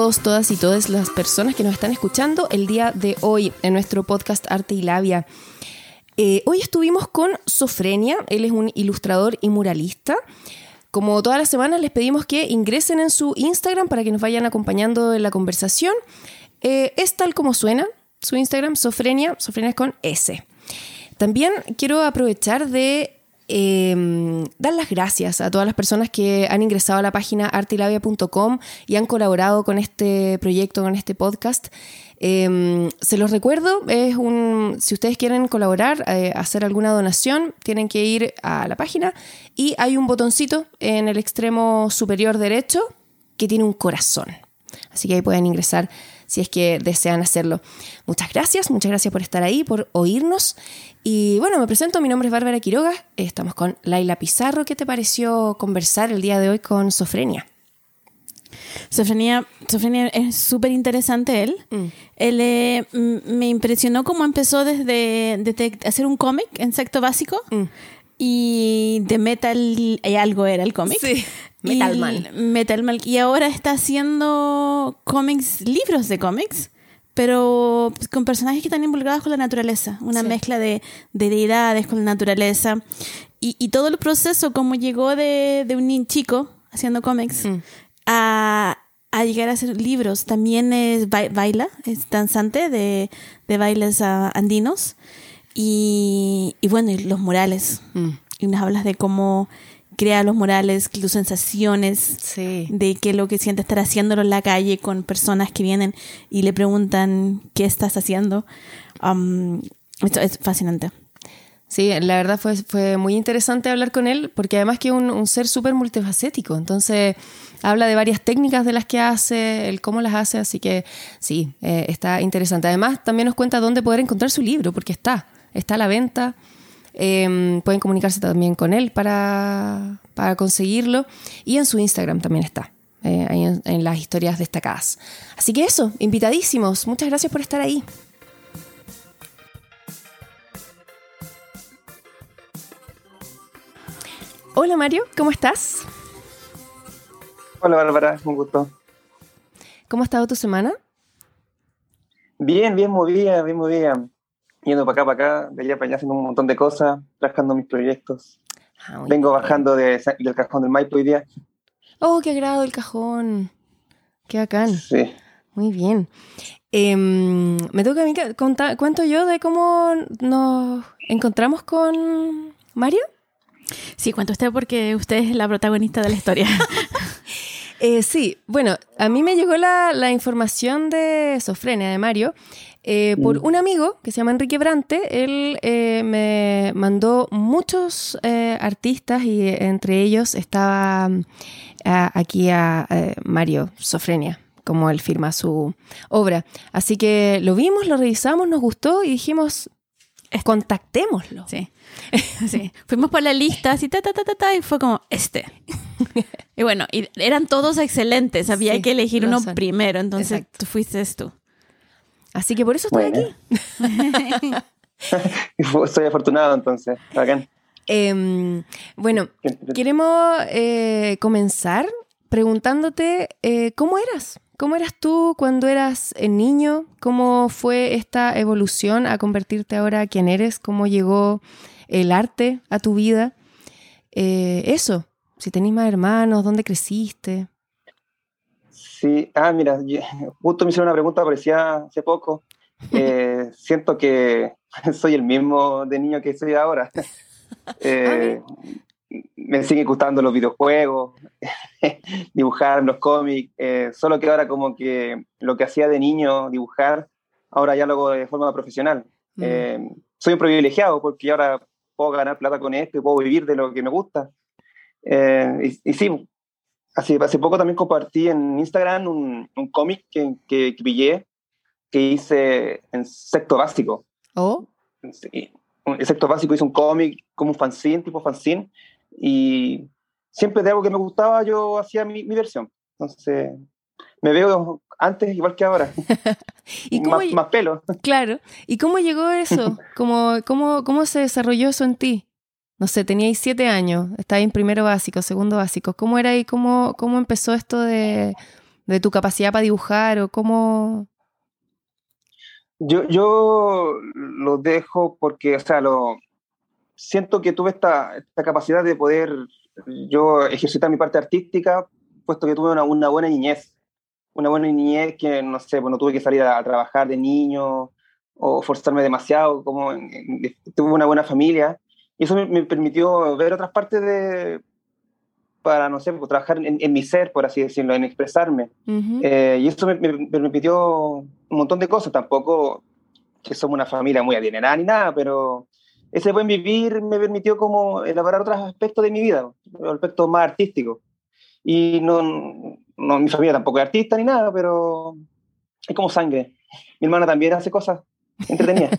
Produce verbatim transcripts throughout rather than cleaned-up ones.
todos, todas y todas las personas que nos están escuchando el día de hoy en nuestro podcast Arte y Labia. Eh, hoy estuvimos con Sofrenia, él es un ilustrador y muralista. Como todas las semanas les pedimos que ingresen en su Instagram para que nos vayan acompañando en la conversación. Eh, es tal como suena su Instagram, Sofrenia, Sofrenia es con S. También quiero aprovechar de eh, dar las gracias a todas las personas que han ingresado a la página arte y labia punto com y han colaborado con este proyecto, con este podcast. Eh, se los recuerdo, es un, si ustedes quieren colaborar, eh, hacer alguna donación, tienen que ir a la página y hay un botoncito en el extremo superior derecho que tiene un corazón. Así que ahí pueden ingresar si es que desean hacerlo. Muchas gracias, muchas gracias por estar ahí, por oírnos. Y bueno, me presento, mi nombre es Bárbara Quiroga, estamos con Laila Pizarro. ¿Qué te pareció conversar el día de hoy con Sofrenia? Sofrenia, Sofrenia es súper interesante él. Mm. Él eh, m- me impresionó cómo empezó desde, desde hacer un cómic en sexto básico mm. y de metal y algo era el cómic. Sí, Metalman. Metalman. Y ahora está haciendo cómics, libros de cómics, pero con personajes que están involucrados con la naturaleza. Una sí. mezcla de, de deidades con la naturaleza. Y, y todo el proceso, como llegó de, de un chico haciendo cómics, mm. A, a llegar a hacer libros. También es ba- baila, es danzante de, de bailes uh, andinos. Y, y bueno, y los murales. Mm. Y nos hablas de cómo crea los murales, tus sensaciones, sí. de qué es lo que siente estar haciéndolo en la calle con personas que vienen y le preguntan qué estás haciendo. Um, esto es fascinante. Sí, la verdad fue, fue muy interesante hablar con él, porque además que es un, un ser súper multifacético, entonces habla de varias técnicas de las que hace, el cómo las hace, así que sí, eh, está interesante. Además también nos cuenta dónde poder encontrar su libro, porque está, está a la venta, eh, pueden comunicarse también con él para, para conseguirlo, y en su Instagram también está, eh, ahí en, en las historias destacadas. Así que eso, invitadísimos, muchas gracias por estar ahí. Hola Mario, ¿cómo estás? Hola Bárbara, un gusto. ¿Cómo ha estado tu semana? Bien, bien movida, bien movida. Yendo para acá, para acá, de allá para allá, haciendo un montón de cosas, trabajando mis proyectos. Ah, Vengo bien. bajando de, del cajón del Maipo hoy día. Oh, qué agrado el cajón. Qué bacán. Sí. Muy bien. Eh, me toca a mí contar, cuento yo de cómo nos encontramos con Mario. Sí, cuenta usted porque usted es la protagonista de la historia. eh, sí, bueno, a mí me llegó la, la información de Sofrenia, de Mario, eh, por un amigo que se llama Enrique Brante. Él eh, me mandó muchos eh, artistas y entre ellos estaba a, aquí a, a Mario Sofrenia, como él firma su obra. Así que lo vimos, lo revisamos, nos gustó y dijimos, contactémoslo. Sí. Sí. Fuimos por la lista así, ta, ta, ta, ta, ta, y fue como este. Y bueno, y eran todos excelentes. Había sí, que elegir uno son. primero. Entonces Exacto. tú fuiste tú. Así que por eso estoy bueno. aquí. Soy afortunado entonces. Bacán. Eh, bueno, queremos eh, comenzar preguntándote eh, ¿cómo eras? ¿Cómo eras tú cuando eras niño? ¿Cómo fue esta evolución a convertirte ahora quien eres? ¿Cómo llegó el arte a tu vida? Eh, eso, si tenés más hermanos, ¿dónde creciste? Sí, ah, mira, justo me hicieron una pregunta parecía hace poco. Eh, siento que soy el mismo de niño que soy ahora. Eh, me siguen gustando los videojuegos, dibujar los cómics, eh, solo que ahora como que lo que hacía de niño, dibujar, ahora ya lo hago de forma profesional. Mm. Eh, soy un privilegiado porque ahora puedo ganar plata con esto y puedo vivir de lo que me gusta. Eh, y, y sí, así, hace poco también compartí en Instagram un, un cómic que, que, que pillé, que hice en sexto básico. ¿Oh? Sí, en sexto básico hice un cómic como un fanzine, tipo fanzine, y siempre de algo que me gustaba yo hacía mi, mi versión. Entonces me veo antes igual que ahora. ¿Y cómo, más, más pelo. Claro. ¿Y cómo llegó eso? ¿Cómo, cómo, ¿Cómo se desarrolló eso en ti? No sé, teníais siete años, estabais en primero básico, segundo básico. ¿Cómo era y cómo, cómo empezó esto de, de tu capacidad para dibujar o cómo... Yo, yo lo dejo porque, o sea, lo, siento que tuve esta, esta capacidad de poder yo ejercitar mi parte artística, puesto que tuve una, una buena niñez. Una buena niñez que, no sé, pues no tuve que salir a, a trabajar de niño o forzarme demasiado, como en, en, tuve una buena familia. Y eso me, me permitió ver otras partes de, para, no sé, pues, trabajar en, en mi ser, por así decirlo, en expresarme. Uh-huh. Eh, y eso me, me, me permitió un montón de cosas. Tampoco que somos una familia muy adinerada ni nada, pero ese buen vivir me permitió como elaborar otros aspectos de mi vida, aspectos más artísticos. Y no, no, mi familia tampoco es artista ni nada, pero es como sangre. Mi hermana también hace cosas entretenidas.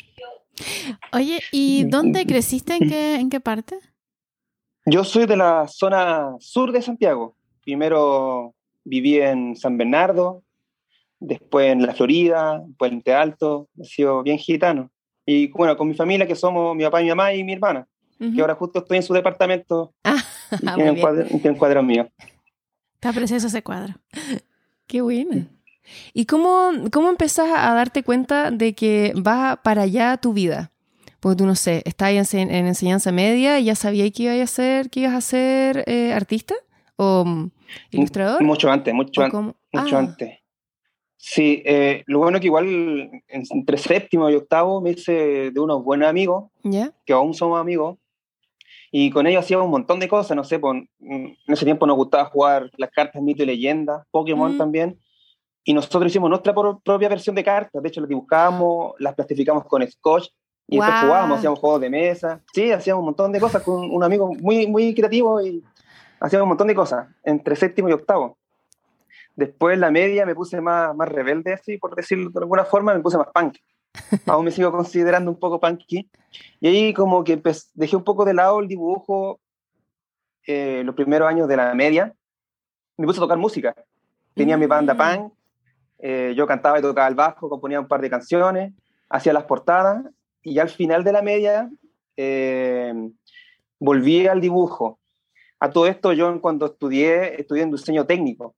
Oye, ¿y dónde creciste? ¿En qué, en qué parte? Yo soy de la zona sur de Santiago. Primero viví en San Bernardo, después en la Florida, Puente Alto. He sido bien gitano. Y bueno, con mi familia, que somos mi papá y mi mamá y mi hermana, uh-huh. que ahora justo estoy en su departamento. Ah, y tiene, un cuadro, tiene un cuadro mío. Está precioso ese cuadro. Qué bueno. ¿Y cómo, cómo empezás a darte cuenta de que va para allá tu vida? Porque tú, no sé, estás en, en enseñanza media y ya sabías que ibas a ser, que ibas a ser eh, artista o um, ilustrador. Mucho antes, mucho, an- mucho ah. antes. Sí, eh, lo bueno es que igual entre séptimo y octavo me hice de unos buenos amigos, ¿ya? Que aún somos amigos, y con ellos hacíamos un montón de cosas, no sé, pues, en ese tiempo nos gustaba jugar las cartas Mito y Leyenda, Pokémon mm. también, y nosotros hicimos nuestra por, propia versión de cartas. De hecho las dibujábamos, las plastificamos con scotch, y wow. después jugábamos, hacíamos juegos de mesa, sí, hacíamos un montón de cosas con un amigo muy, muy creativo, y hacíamos un montón de cosas, entre séptimo y octavo. Después en la media me puse más, más rebelde, así, por decirlo de alguna forma, me puse más punk. Aún me sigo considerando un poco punky. Y ahí como que empecé, dejé un poco de lado el dibujo eh, los primeros años de la media. Me puse a tocar música. Tenía mm. mi banda punk, eh, yo cantaba y tocaba el bajo, componía un par de canciones, hacía las portadas, y ya al final de la media eh, volví al dibujo. A todo esto yo cuando estudié, estudié en diseño técnico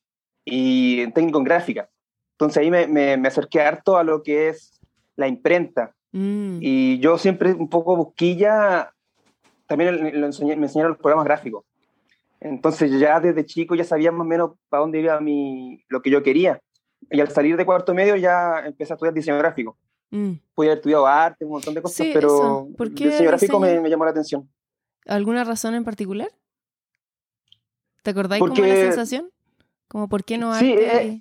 y técnico en gráfica. Entonces ahí me, me, me acerqué harto a lo que es la imprenta. Mm. Y yo siempre un poco busquilla, también lo enseñé, me enseñaron los programas gráficos. Entonces ya desde chico ya sabía más o menos para dónde iba mi, lo que yo quería. Y al salir de cuarto medio ya empecé a estudiar diseño gráfico. Mm. Pude haber estudiado arte, un montón de cosas, sí, pero el diseño gráfico me, me llamó la atención. ¿Alguna razón en particular? ¿Te acordáis Porque, cómo la sensación? ¿Como por qué no arte? Sí, eh,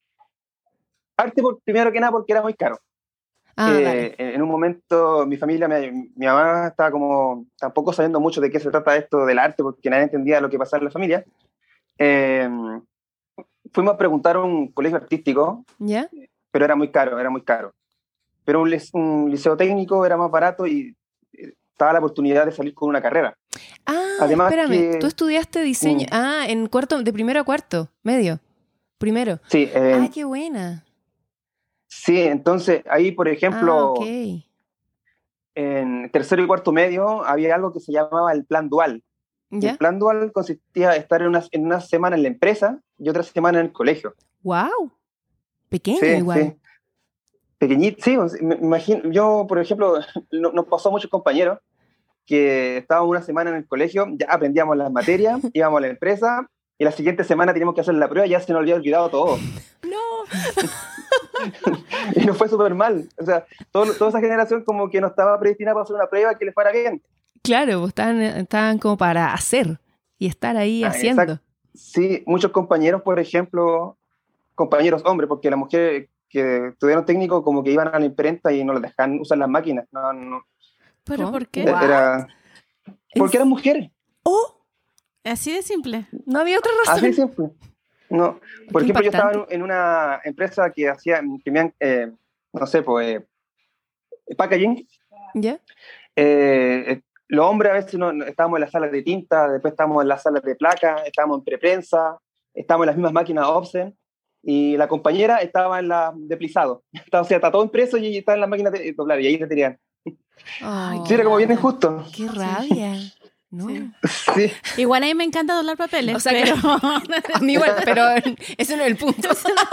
arte por, primero que nada porque era muy caro. Ah, eh, vale. En un momento mi familia, mi, mi mamá estaba como tampoco sabiendo mucho de qué se trata esto del arte porque nadie entendía lo que pasaba en la familia. Eh, fuimos a preguntar a un colegio artístico, ¿ya? Pero era muy caro, era muy caro. Pero un, un liceo técnico era más barato y estaba la oportunidad de salir con una carrera. Ah, Además espérame, que, tú estudiaste diseño. Mm, ah, en cuarto, de primero a cuarto, medio. Primero. Sí. Eh, ah, qué buena. Sí, entonces ahí, por ejemplo, ah, okay. en tercero y cuarto medio había algo que se llamaba el plan dual. ¿Ya? El plan dual consistía en estar en una, en una semana en la empresa y otra semana en el colegio. ¡Wow! Pequeño sí, igual. Sí. Pequeñito, sí. Me imagino, yo, por ejemplo, nos pasó a muchos compañeros que estábamos una semana en el colegio, ya aprendíamos las materias, íbamos a la empresa y la siguiente semana teníamos que hacer la prueba y ya se nos había olvidado todo. ¡No! Y nos fue súper mal. O sea, todo, toda esa generación como que no estaba predestinada para hacer una prueba que les fuera bien. Claro, pues estaban, estaban como para hacer y estar ahí ah, haciendo. Exacto. Sí, muchos compañeros, por ejemplo, compañeros hombres, porque las mujeres que estudiaron técnico como que iban a la imprenta y no les dejaban usar las máquinas. No, no. ¿Pero ¿Cómo? ¿Por qué? Era, porque eran mujeres. ¡Oh! Así de simple. No había otra razón. Así de simple. No. Por ejemplo, impactante. Yo estaba en, en una empresa que hacía, imprimían, eh, no sé, pues, eh, packaging. ¿Ya? Yeah. Eh, los hombres a veces no, estábamos en las salas de tinta, después estábamos en las salas de placa, estábamos en preprensa, estábamos en las mismas máquinas offset, y la compañera estaba en la de plisado. O sea, está todo impreso y estaba en las máquinas de doblar, y ahí le tenían. Ay, sí, era como bien injusto. ¡Qué rabia! No. Sí. Sí. Igual a mí me encanta doblar papeles. O sea, pero... que a mí igual, pero ese no es el punto.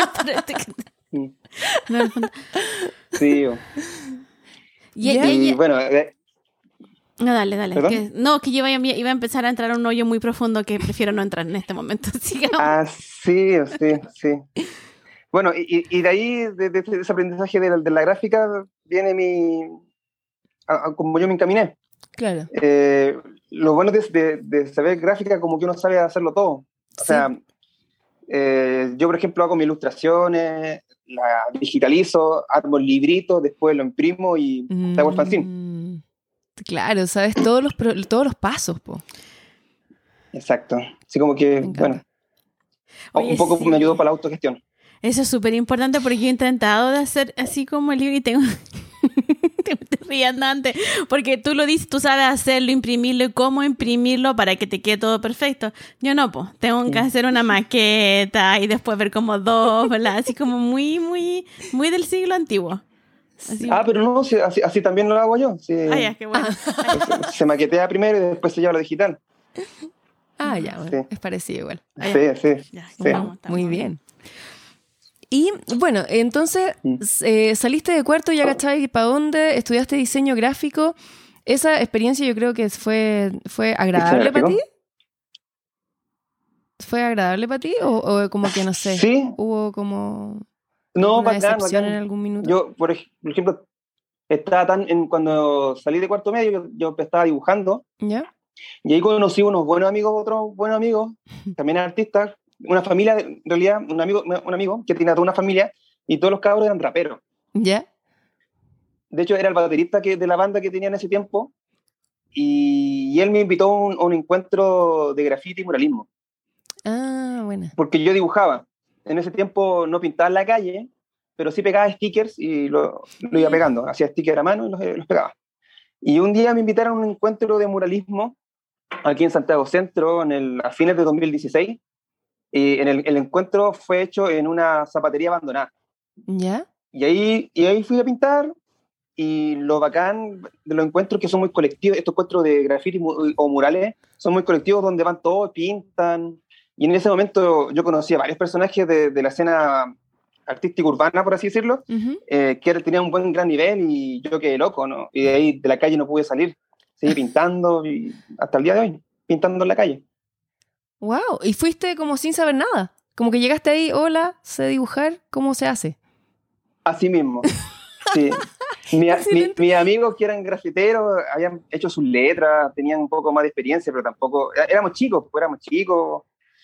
no es el punto. Sí. Y, ¿Ya? y- Y y- bueno, eh, no, dale, dale. ¿Perdón? Que- no, que yo iba, a- iba a empezar a entrar a un hoyo muy profundo que prefiero no entrar en este momento. Sigamos. ah, sí, sí, sí. Bueno, y, y de ahí, de, de ese aprendizaje de la, de la gráfica, viene mi... a- a- como yo me encaminé. Claro. Eh, lo bueno de, de, de saber gráfica, como que uno sabe hacerlo todo. O Sí. sea, eh, yo, por ejemplo, hago mis ilustraciones, la digitalizo, armo el librito, después lo imprimo y te hago el fanzine. Mm, claro, sabes todos los, pro- todos los pasos, po. Exacto. Así como que, Me encanta. bueno, Oye, un poco sí. me ayudó para la autogestión. Eso es súper importante porque yo he intentado de hacer así como el libro y tengo... Te estoy riendo antes, porque tú lo dices, tú sabes hacerlo, imprimirlo y cómo imprimirlo para que te quede todo perfecto. Yo no, pues, tengo que hacer una maqueta y después ver cómo dobla, así como muy, muy, muy del siglo antiguo. Así. Ah, pero no, sí, así, así también lo hago yo. Sí. Ah, ya, qué bueno. se, se maquetea primero y después se lleva a lo digital. Ah, ya, bueno, Sí. es parecido igual. Ah, ya. Sí, sí. Ya, sí. estamos, estamos. Muy bien. Y bueno, entonces Mm. eh, saliste de cuarto, ya cachai para dónde, estudiaste diseño gráfico. Esa experiencia yo creo que fue, fue agradable para ti. gráfico? ¿Fue agradable para ti? O, o como que no sé, Sí, hubo como no, una bacán, decepción bacán. en algún minuto? Yo, por, ej- por ejemplo, estaba tan en, cuando salí de cuarto medio, yo, yo estaba dibujando ¿Ya? y ahí conocí unos buenos amigos, otros buenos amigos, también artistas, una familia, en realidad, un amigo, un amigo que tenía toda una familia y todos los cabros eran raperos. ¿Ya? De hecho, era el baterista que, de la banda que tenía en ese tiempo y, y él me invitó a un, a un encuentro de graffiti y muralismo, Ah, buena. porque yo dibujaba. En ese tiempo no pintaba en la calle, pero sí pegaba stickers y lo, lo iba pegando. Hacía stickers a mano y los, los pegaba. Y un día me invitaron a un encuentro de muralismo aquí en Santiago Centro, en el, a fines de dos mil dieciséis. Y en el, el encuentro fue hecho en una zapatería abandonada. ¿Ya? Y ahí, y ahí fui a pintar. Y lo bacán de los encuentros que son muy colectivos, estos encuentros de graffiti mu- o murales, son muy colectivos donde van todos, pintan. Y en ese momento yo conocí a varios personajes de, de la escena artística urbana, por así decirlo, Ujú. eh, que tenían un buen gran nivel y yo quedé loco, ¿no? Y de ahí de la calle no pude salir. Seguí pintando y hasta el día de hoy, pintando en la calle. Wow, y fuiste como sin saber nada. Como que llegaste ahí, hola, sé dibujar, ¿cómo se hace? Así mismo. Sí. Mi, mi, Excelente. mis amigos que eran grafiteros habían hecho sus letras, tenían un poco más de experiencia, pero tampoco, éramos chicos, pues éramos chicos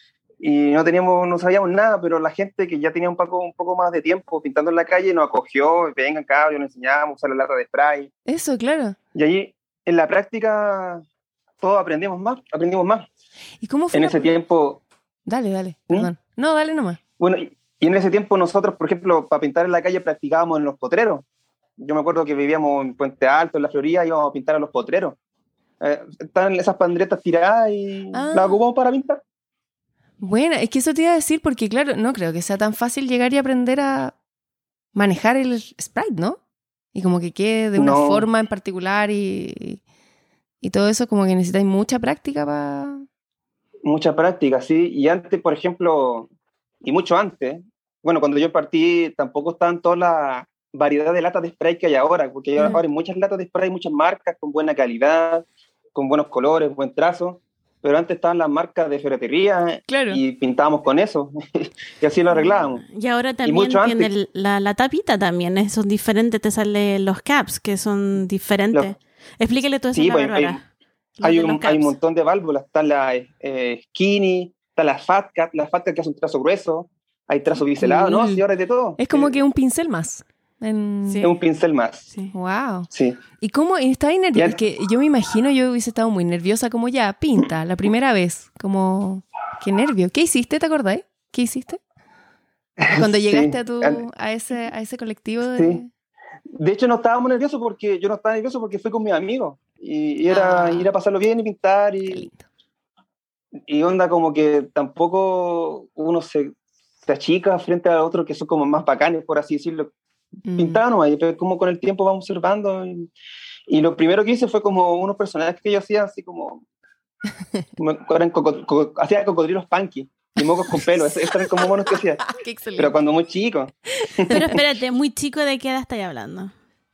y no teníamos, no sabíamos nada, pero la gente que ya tenía un poco, un poco más de tiempo pintando en la calle nos acogió, vengan cabros, nos enseñábamos a usar la lata de spray. Eso, claro. Y allí, en la práctica, todos aprendimos más, aprendimos más. ¿Y cómo fue? En la- ese tiempo, Dale, dale, ¿Mm? perdón. No, dale nomás. bueno, y, y en ese tiempo nosotros, por ejemplo, para pintar en la calle practicábamos en los potreros. Yo me acuerdo que vivíamos en Puente Alto, en la Florida, íbamos a pintar a los potreros. Eh, estaban esas pandretas tiradas y Ah. las ocupamos para pintar. Bueno, es que eso te iba a decir porque, claro, no creo que sea tan fácil llegar y aprender a manejar el sprite, ¿no? Y como que quede de una No. forma en particular y, y todo eso, como que necesitáis mucha práctica para... Mucha práctica, sí. Y antes, por ejemplo, y mucho antes, bueno, cuando yo partí tampoco estaban todas las variedad de latas de spray que hay ahora, porque hay Mm. ahora hay muchas latas de spray, muchas marcas con buena calidad, con buenos colores, buen trazo, pero antes estaban las marcas de ferretería Claro. y pintábamos con eso y así lo arreglábamos. Y ahora también mucho tiene antes. el- la, la tapita también, eh, son diferentes, te salen los caps, que son diferentes. Los- Explícale todo eso Sí, a la pues, Bárbara. Los Hay de un, los hay un caps. montón de válvulas, está la eh, Skinny, está la Fat Cat, la Fat Cat que hace un trazo grueso, hay trazo biselado, ¿no? cool. Sí, ahora es de todo. Es como Eh, que un pincel más. En... Sí. es un pincel más, Sí. Wow. sí. ¿Y cómo? ¿Estás ahí nerviosa? Ya- Es que yo me imagino, yo hubiese estado muy nerviosa, como ya, pinta, la primera vez. Como, qué nervio. ¿Qué hiciste? ¿Te acordáis? ¿Qué hiciste? Cuando Sí. llegaste a tu, An- a ese, a ese colectivo de... Sí. De hecho, no estábamos nerviosos porque yo no estaba nervioso porque fui con mis amigos y, y era Ah. ir a pasarlo bien y pintar Qué y, lindo. y onda como que tampoco uno se, se achica frente a otros que son como más bacanes, por así decirlo. Mm. Pintaban nomás, y pero como con el tiempo vamos observando y, y lo primero que hice fue como unos personajes que yo hacía así como Eran coco, coco, hacía cocodrilos punky y mocos con pelo. Esos eran como monos que hacía. Qué excelente. Pero cuando muy chico. Pero espérate, muy chico, ¿de qué edad estáis hablando?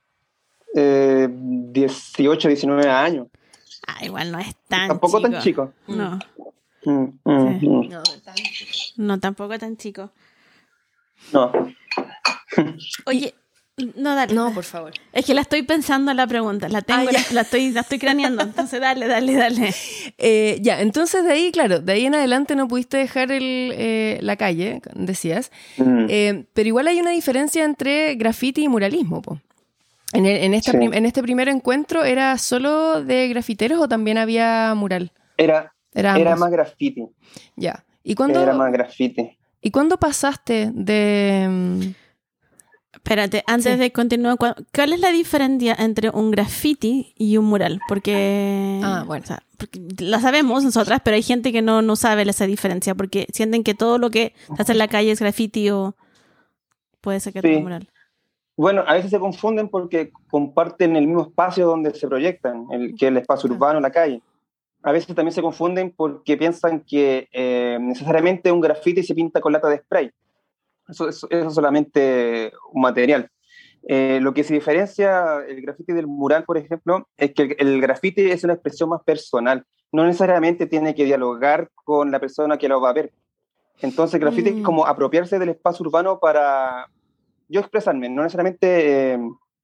Eh, dieciocho, diecinueve años. Ah, igual no es tan Tampoco chico. tan chico. No. Mm, mm, Sí. mm. No, tan chico. No, tampoco tan chico. No. Oye, no, dale. No, por favor. Es que la estoy pensando la pregunta, la tengo, Ah, la, ya. la estoy, la estoy craneando, entonces dale, dale, dale. Eh, ya, entonces de ahí, claro, de ahí en adelante no pudiste dejar el, eh, la calle, decías. Mm. Eh, pero igual hay una diferencia entre graffiti y muralismo, po. En, el- en, esta Sí. prim- en este primer encuentro, ¿era solo de grafiteros o también había mural? Era, Era, era ambos. más graffiti. Ya. ¿Y cuándo, Era más graffiti. ¿y cuándo pasaste de...? mm, Espérate, antes Sí. de continuar, ¿cuál cuál es la diferencia entre un graffiti y un mural? Porque, Ah, bueno. o sea, porque la sabemos nosotras, pero hay gente que no, no sabe esa diferencia, porque sienten que todo lo que se hace en la calle es graffiti o puede ser que Sí. sea un mural. Bueno, a veces se confunden porque comparten el mismo espacio donde se proyectan, el, que es el espacio Ah. urbano, la calle. A veces también se confunden porque piensan que eh, necesariamente un graffiti se pinta con lata de spray. Eso, eso, eso es solamente un material. Eh, lo que se diferencia el graffiti del mural, por ejemplo, es que el, el graffiti es una expresión más personal. No necesariamente tiene que dialogar con la persona que lo va a ver. Entonces, el graffiti Mm. es como apropiarse del espacio urbano para yo expresarme, no necesariamente eh,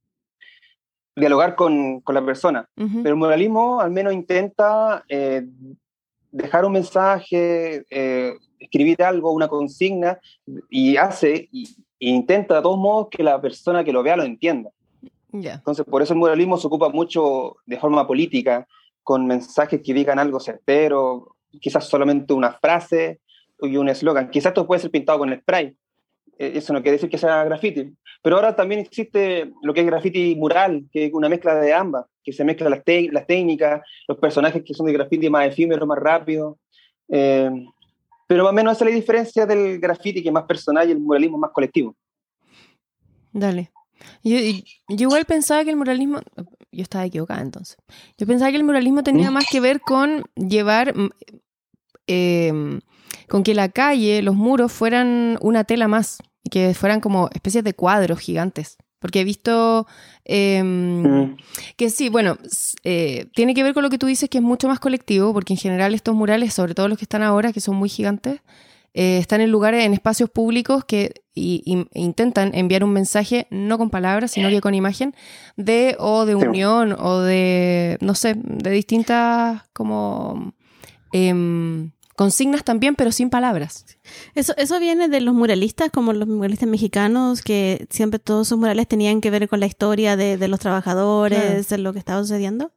dialogar con, con la persona. ujú. Pero el muralismo al menos intenta eh, dejar un mensaje, eh, escribir algo, una consigna, y hace, y, e intenta de todos modos que la persona que lo vea lo entienda. Ya. Entonces, por eso el muralismo se ocupa mucho de forma política, con mensajes que digan algo certero, quizás solamente una frase y un eslogan. Quizás esto puede ser pintado con spray. Eh, Eso no quiere decir que sea graffiti. Pero ahora también existe lo que es graffiti mural, que es una mezcla de ambas, que se mezclan las, te- las técnicas, los personajes que son de graffiti más efímeros, más rápidos. Eh, pero más o menos esa es la diferencia del graffiti, que es más personal, y el muralismo más colectivo. Dale. Yo, y- yo igual pensaba que el muralismo... Yo estaba equivocada entonces. Yo pensaba que el muralismo tenía ¿Mm? más que ver con llevar... mm, eh, con que la calle, los muros fueran una tela más. Y que fueran como especies de cuadros gigantes. Porque he visto... eh, Mm. que sí, bueno, s- eh, tiene que ver con lo que tú dices, que es mucho más colectivo, porque en general estos murales, sobre todo los que están ahora, que son muy gigantes, eh, están en lugares, en espacios públicos que y, y- e intentan enviar un mensaje, no con palabras, sino que con imagen, de o de Sí. unión o de, no sé, de distintas como em, consignas también, pero sin palabras. Eso, eso viene de los muralistas, como los muralistas mexicanos, que siempre todos sus murales tenían que ver con la historia de, de los trabajadores, de lo que estaba sucediendo.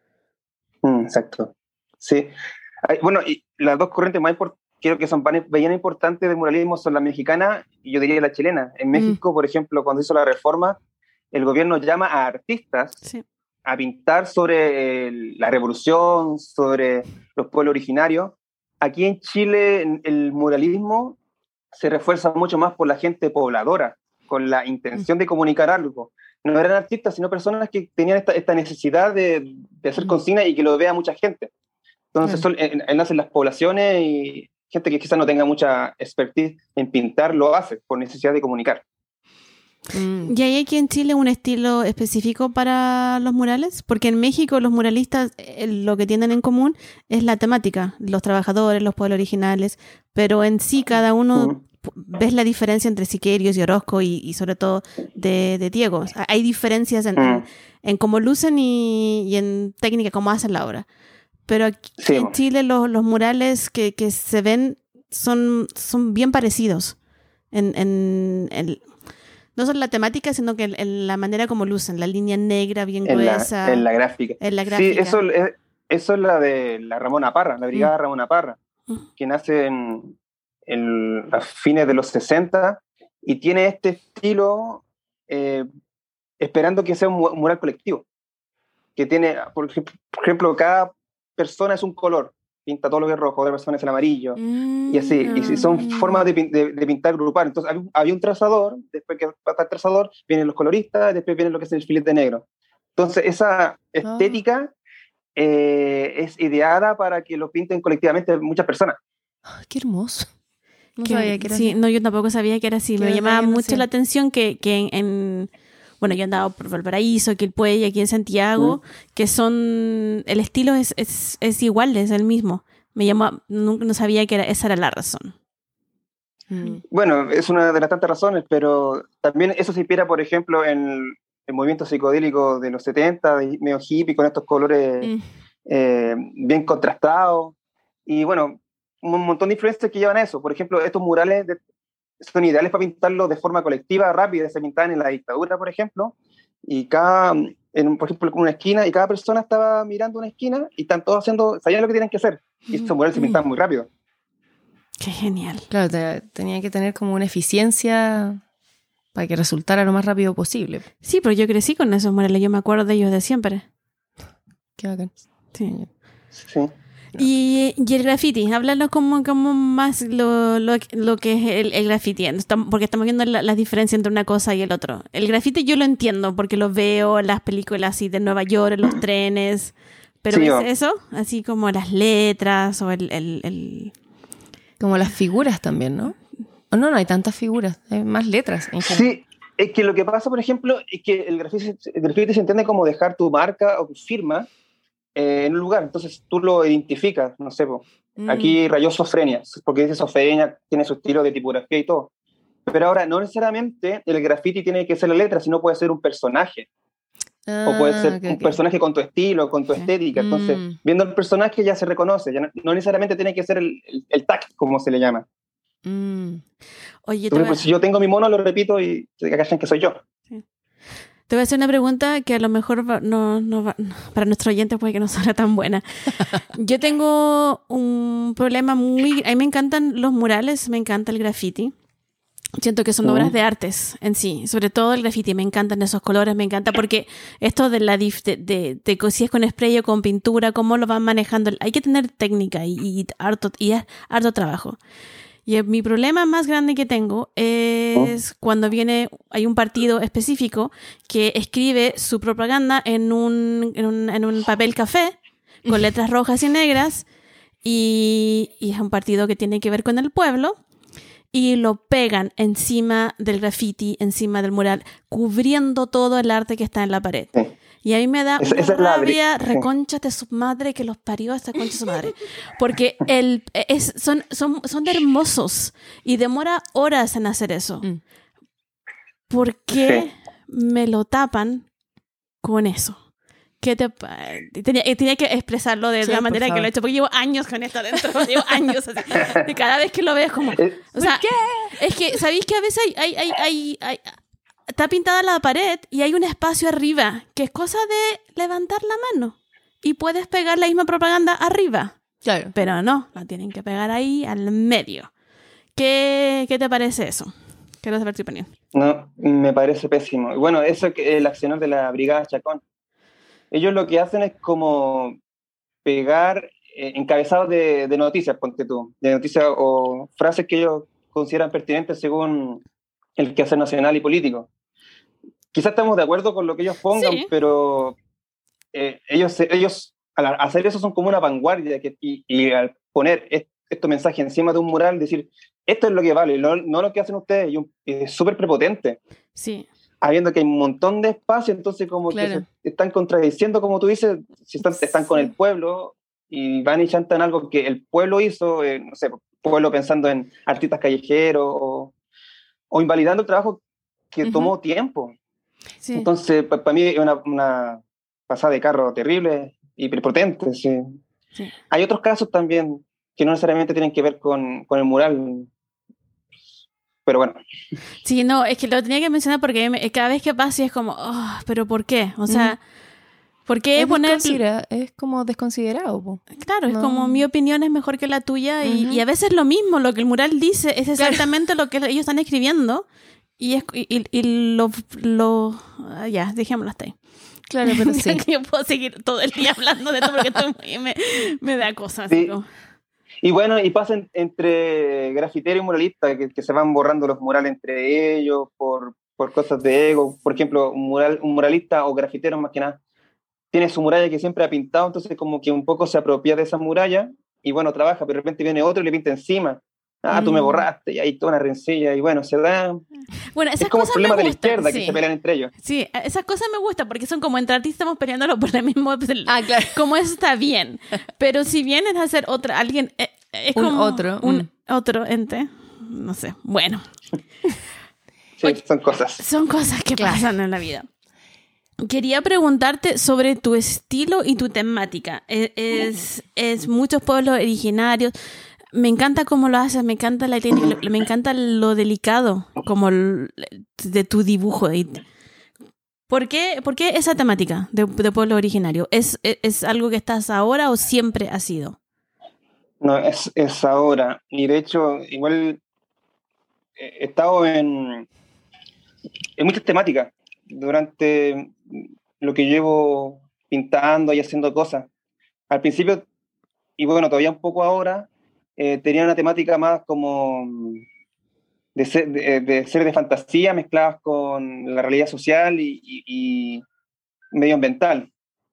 Mm, exacto. Sí. Ay, bueno, y las dos corrientes más importantes, creo que son pan- bien importantes del muralismo, son la mexicana y yo diría la chilena. En México, por ejemplo, cuando hizo la reforma, el gobierno llama a artistas Sí. a pintar sobre el- la revolución, sobre los pueblos originarios. Aquí en Chile en- el muralismo se refuerza mucho más por la gente pobladora, con la intención de comunicar algo. No eran artistas, sino personas que tenían esta, esta necesidad de, de hacer Mm. consignas y que lo vea mucha gente. Entonces, Claro. son, en, en nacen las poblaciones y gente que quizás no tenga mucha expertise en pintar lo hace por necesidad de comunicar. Mm. ¿Y hay aquí en Chile un estilo específico para los murales? Porque en México los muralistas eh, lo que tienen en común es la temática, los trabajadores, los pueblos originales, pero en sí cada uno Mm. p- ves la diferencia entre Siqueiros y Orozco y, y sobre todo de, de Diego. O sea, hay diferencias en, en, Mm. en cómo lucen y, y en técnica, cómo hacen la obra. Pero aquí Sí, en bueno. Chile los, los murales que, que se ven son, son bien parecidos en, en, en- no solo la temática, sino que en, en la manera como lucen, la línea negra bien En la, gruesa. en la gráfica. en la Sí, gráfica. eso es, eso es la de la Ramona Parra, la Brigada Ramona Parra, Mm. que nace en, en los fines de los sesenta y tiene este estilo eh, esperando que sea un mu- mural colectivo, que tiene, por ejemplo, por ejemplo, cada persona es un color, pinta todo lo que es rojo, otra persona es el amarillo, y así, y si son formas de, pin- de, de pintar grupal. Entonces había, había un trazador, después que pasa el trazador, vienen los coloristas, después viene lo que es el filete negro. Entonces esa estética eh, es ideada para que lo pinten colectivamente muchas personas. Ay, qué hermoso. No Que- sabía que era sí, así. no, yo tampoco sabía que era así. Qué Me llamaba bacán, mucho sí. la atención que, que en, en- bueno, yo andaba por Valparaíso, Quilpué y aquí en Santiago, que son, el estilo es, es, es igual, es el mismo. Me llamó, no, no sabía que era, esa era la razón. Mm. Bueno, es una de las tantas razones, pero también eso se inspira, por ejemplo, en el movimiento psicodélico de los setenta, de- medio hippie, con estos colores Mm. eh, bien contrastados. Y bueno, un montón de influencias que llevan a eso. Por ejemplo, estos murales de- son ideales para pintarlos de forma colectiva, rápida. Se pintaban en la dictadura, por ejemplo, y cada, en, por ejemplo, una esquina, y cada persona estaba mirando una esquina y están todos haciendo, sabían lo que tienen que hacer. Y estos murales se pintaban muy rápido. Qué genial. Claro, te- tenía que tener como una eficiencia para que resultara lo más rápido posible. Sí, pero yo crecí con esos murales, yo me acuerdo de ellos de siempre. Qué bacán. Sí. Sí. Y, y el graffiti, háblanos como, como más lo, lo, lo que es el, el graffiti, Estam- porque estamos viendo la, la diferencia entre una cosa y el otro. El graffiti yo lo entiendo porque lo veo en las películas así de Nueva York, en los trenes, pero Sí, ¿es yo. eso? Así como las letras o el... el, el... Como las figuras también, ¿no? Oh, no, no hay tantas figuras, hay más letras en general. Sí, es que lo que pasa, por ejemplo, es que el graffiti, el graffiti se entiende como dejar tu marca o tu firma eh, en un lugar. Entonces tú lo identificas, no sé, po. Mm. Aquí rayó Sofrenia, porque dice Sofrenia, tiene su estilo de tipografía y todo. Pero ahora, no necesariamente el graffiti tiene que ser la letra, sino puede ser un personaje. Ah, O puede ser ok, un ok. personaje con tu estilo, con tu Sí. estética. Entonces, Mm. viendo el personaje ya se reconoce. Ya no, no necesariamente tiene que ser el, el, el tag, como se le llama. Mm. Oye, te Entonces, voy, pues, si yo tengo mi mono, lo repito y se callan que soy yo. te voy a hacer una pregunta que a lo mejor va- no, no va- para nuestro oyente puede que no sea tan buena. Yo tengo un problema muy... A mí me encantan los murales, me encanta el graffiti. Siento que son Mm. obras de artes en sí, sobre todo el graffiti, me encantan esos colores, me encanta porque esto de la dif- de, de, de co- si es con spray o con pintura, cómo lo van manejando, hay que tener técnica y, y harto, y es harto trabajo. Y eh, mi problema más grande que tengo es cuando viene, hay un partido específico que escribe su propaganda en un, en un, en un papel café con letras rojas y negras y, y es un partido que tiene que ver con el pueblo. Y lo pegan encima del graffiti, encima del mural, cubriendo todo el arte que está en la pared. Sí. Y a mí me da Esa- una esa es la rabia, bri- sí. reconcha de su madre, que los parió esta concha de su madre. Porque el, es, son, son, son hermosos y demora horas en hacer eso. Mm. ¿Por qué Sí. me lo tapan con eso? ¿Qué te pa- tenía, tenía que expresarlo de Sí, la por manera que favor. lo he hecho, porque llevo años con esto adentro, llevo años así. Y cada vez que lo veo es como... Eh, O sea, es que, ¿sabéis que a veces hay, hay, hay, hay, hay- está pintada la pared y hay un espacio arriba, que es cosa de levantar la mano y puedes pegar la misma propaganda arriba, Claro. pero no, la tienen que pegar ahí al medio. ¿Qué, qué te parece eso? Quiero saber tu opinión. No, me parece pésimo. Bueno, eso es que el accionar de la Brigada Chacón. Ellos lo que hacen es como pegar eh, encabezados de, de noticias, ponte tú, de noticias o frases que ellos consideran pertinentes según el quehacer nacional y político. Quizás estamos de acuerdo con lo que ellos pongan, Sí. pero eh, ellos, ellos al hacer eso son como una vanguardia que, y, y al poner est- estos mensajes encima de un mural, decir, esto es lo que vale, no, no lo que hacen ustedes, y un- y es súper prepotente. Sí. Habiendo que hay un montón de espacio, entonces como Claro. que se están contradiciendo, como tú dices, si están, están con Sí. el pueblo y van y chantan algo que el pueblo hizo, eh, no sé, pueblo pensando en artistas callejeros o, o invalidando el trabajo que Ujú. tomó tiempo. Sí. Entonces, pa- para mí es una, una pasada de carro terrible y prepotente. Sí. Sí. Hay otros casos también que no necesariamente tienen que ver con, con el mural, pero bueno. Sí, no, es que lo tenía que mencionar porque me- cada vez que pasa es como, oh, ¿pero por qué? O sea, ¿por qué Es, poner...? desconsidera- es como desconsiderado, po. Claro, es No. como mi opinión es mejor que la tuya y, Ujú. y a veces lo mismo, lo que el mural dice es exactamente lo que ellos están escribiendo y, es, y, y- y lo, lo... ah, ya, dejémoslo hasta ahí. Claro, pero sí. Yo puedo seguir todo el día hablando de esto porque esto me, me, me da cosas. así Sí. como- Y bueno, y pasa en- entre grafitero y muralista, que, que se van borrando los murales entre ellos por, por cosas de ego. Por ejemplo, un, mural, un muralista o grafitero más que nada tiene su muralla que siempre ha pintado, entonces como que un poco se apropia de esa muralla y bueno, trabaja, pero de repente viene otro y le pinta encima. Ah, mm. tú me borraste, y hay toda una rencilla, y bueno, se da... Bueno, esas es como cosas problemas me de la gustan, izquierda sí. que se pelean entre ellos. Sí, esas cosas me gustan porque son como entre artistas estamos peleándolo por el mismo... Ah, claro. Como eso está bien. Pero si vienes a hacer otra, alguien... Eh, es un como otro. Un mm. otro ente. No sé. Bueno. Sí, Oye, son cosas. Son cosas que claro. pasan en la vida. Quería preguntarte sobre tu estilo y tu temática. Es, es, es muchos pueblos originarios. Me encanta cómo lo haces, me encanta la técnica, me encanta lo delicado como el, de tu dibujo. ¿Por qué, por qué esa temática de, de pueblo originario? ¿Es, es, ¿Es algo que estás ahora o siempre ha sido? No, es, es ahora. Y de hecho, igual he estado en, en muchas temáticas durante lo que llevo pintando y haciendo cosas. Al principio, y bueno, todavía un poco ahora, Eh, tenía una temática más como de ser de, de, ser de fantasía mezcladas con la realidad social y, y, y medioambiental.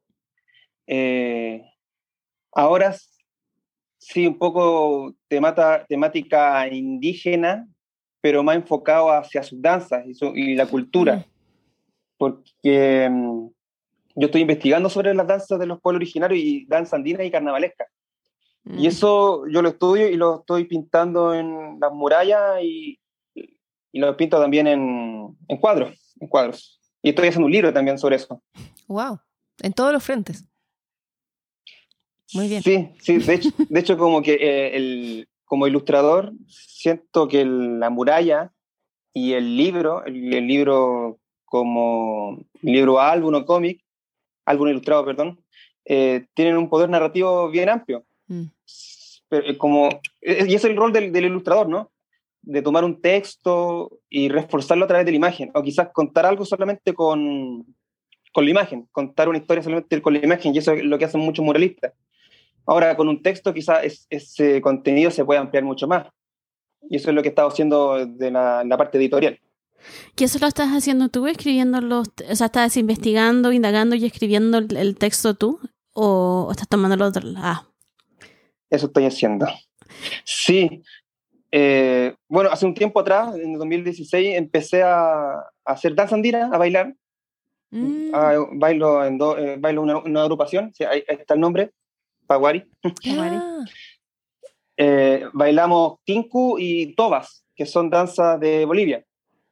Eh, ahora sí, un poco temata, temática indígena, pero más enfocado hacia sus danzas y, su, y la cultura. Porque um, yo estoy investigando sobre las danzas de los pueblos originarios y danza andina y carnavalesca. Y eso yo lo estudio y lo estoy pintando en las murallas y, y lo pinto también en, en cuadros, en cuadros. Y estoy haciendo un libro también sobre eso. Wow, en todos los frentes. Muy bien. Sí, sí, de hecho, de hecho como que eh, el, como ilustrador siento que el, la muralla y el libro, el, el libro como libro álbum o cómic, álbum ilustrado, perdón, eh, tienen un poder narrativo bien amplio. Pero como, y es el rol del, del ilustrador, ¿no? De tomar un texto y reforzarlo a través de la imagen, o quizás contar algo solamente con, con la imagen, contar una historia solamente con la imagen, y eso es lo que hacen muchos muralistas. Ahora, con un texto quizás es, ese contenido se puede ampliar mucho más, y eso es lo que he estado haciendo de la, la parte editorial. ¿Y eso lo estás haciendo tú, escribiendo los, o sea, estás investigando, indagando y escribiendo el, el texto tú, o, o estás tomando lo otro? Ah. Eso estoy haciendo. Sí. Eh, bueno, hace un tiempo atrás, en dos mil dieciséis, empecé a, a hacer danza andina, a bailar. Mm. A, bailo en do, eh, bailo una, una agrupación, sí, ahí, ahí está el nombre, Paguari. Ah. eh, bailamos tinku y tobas, que son danzas de Bolivia.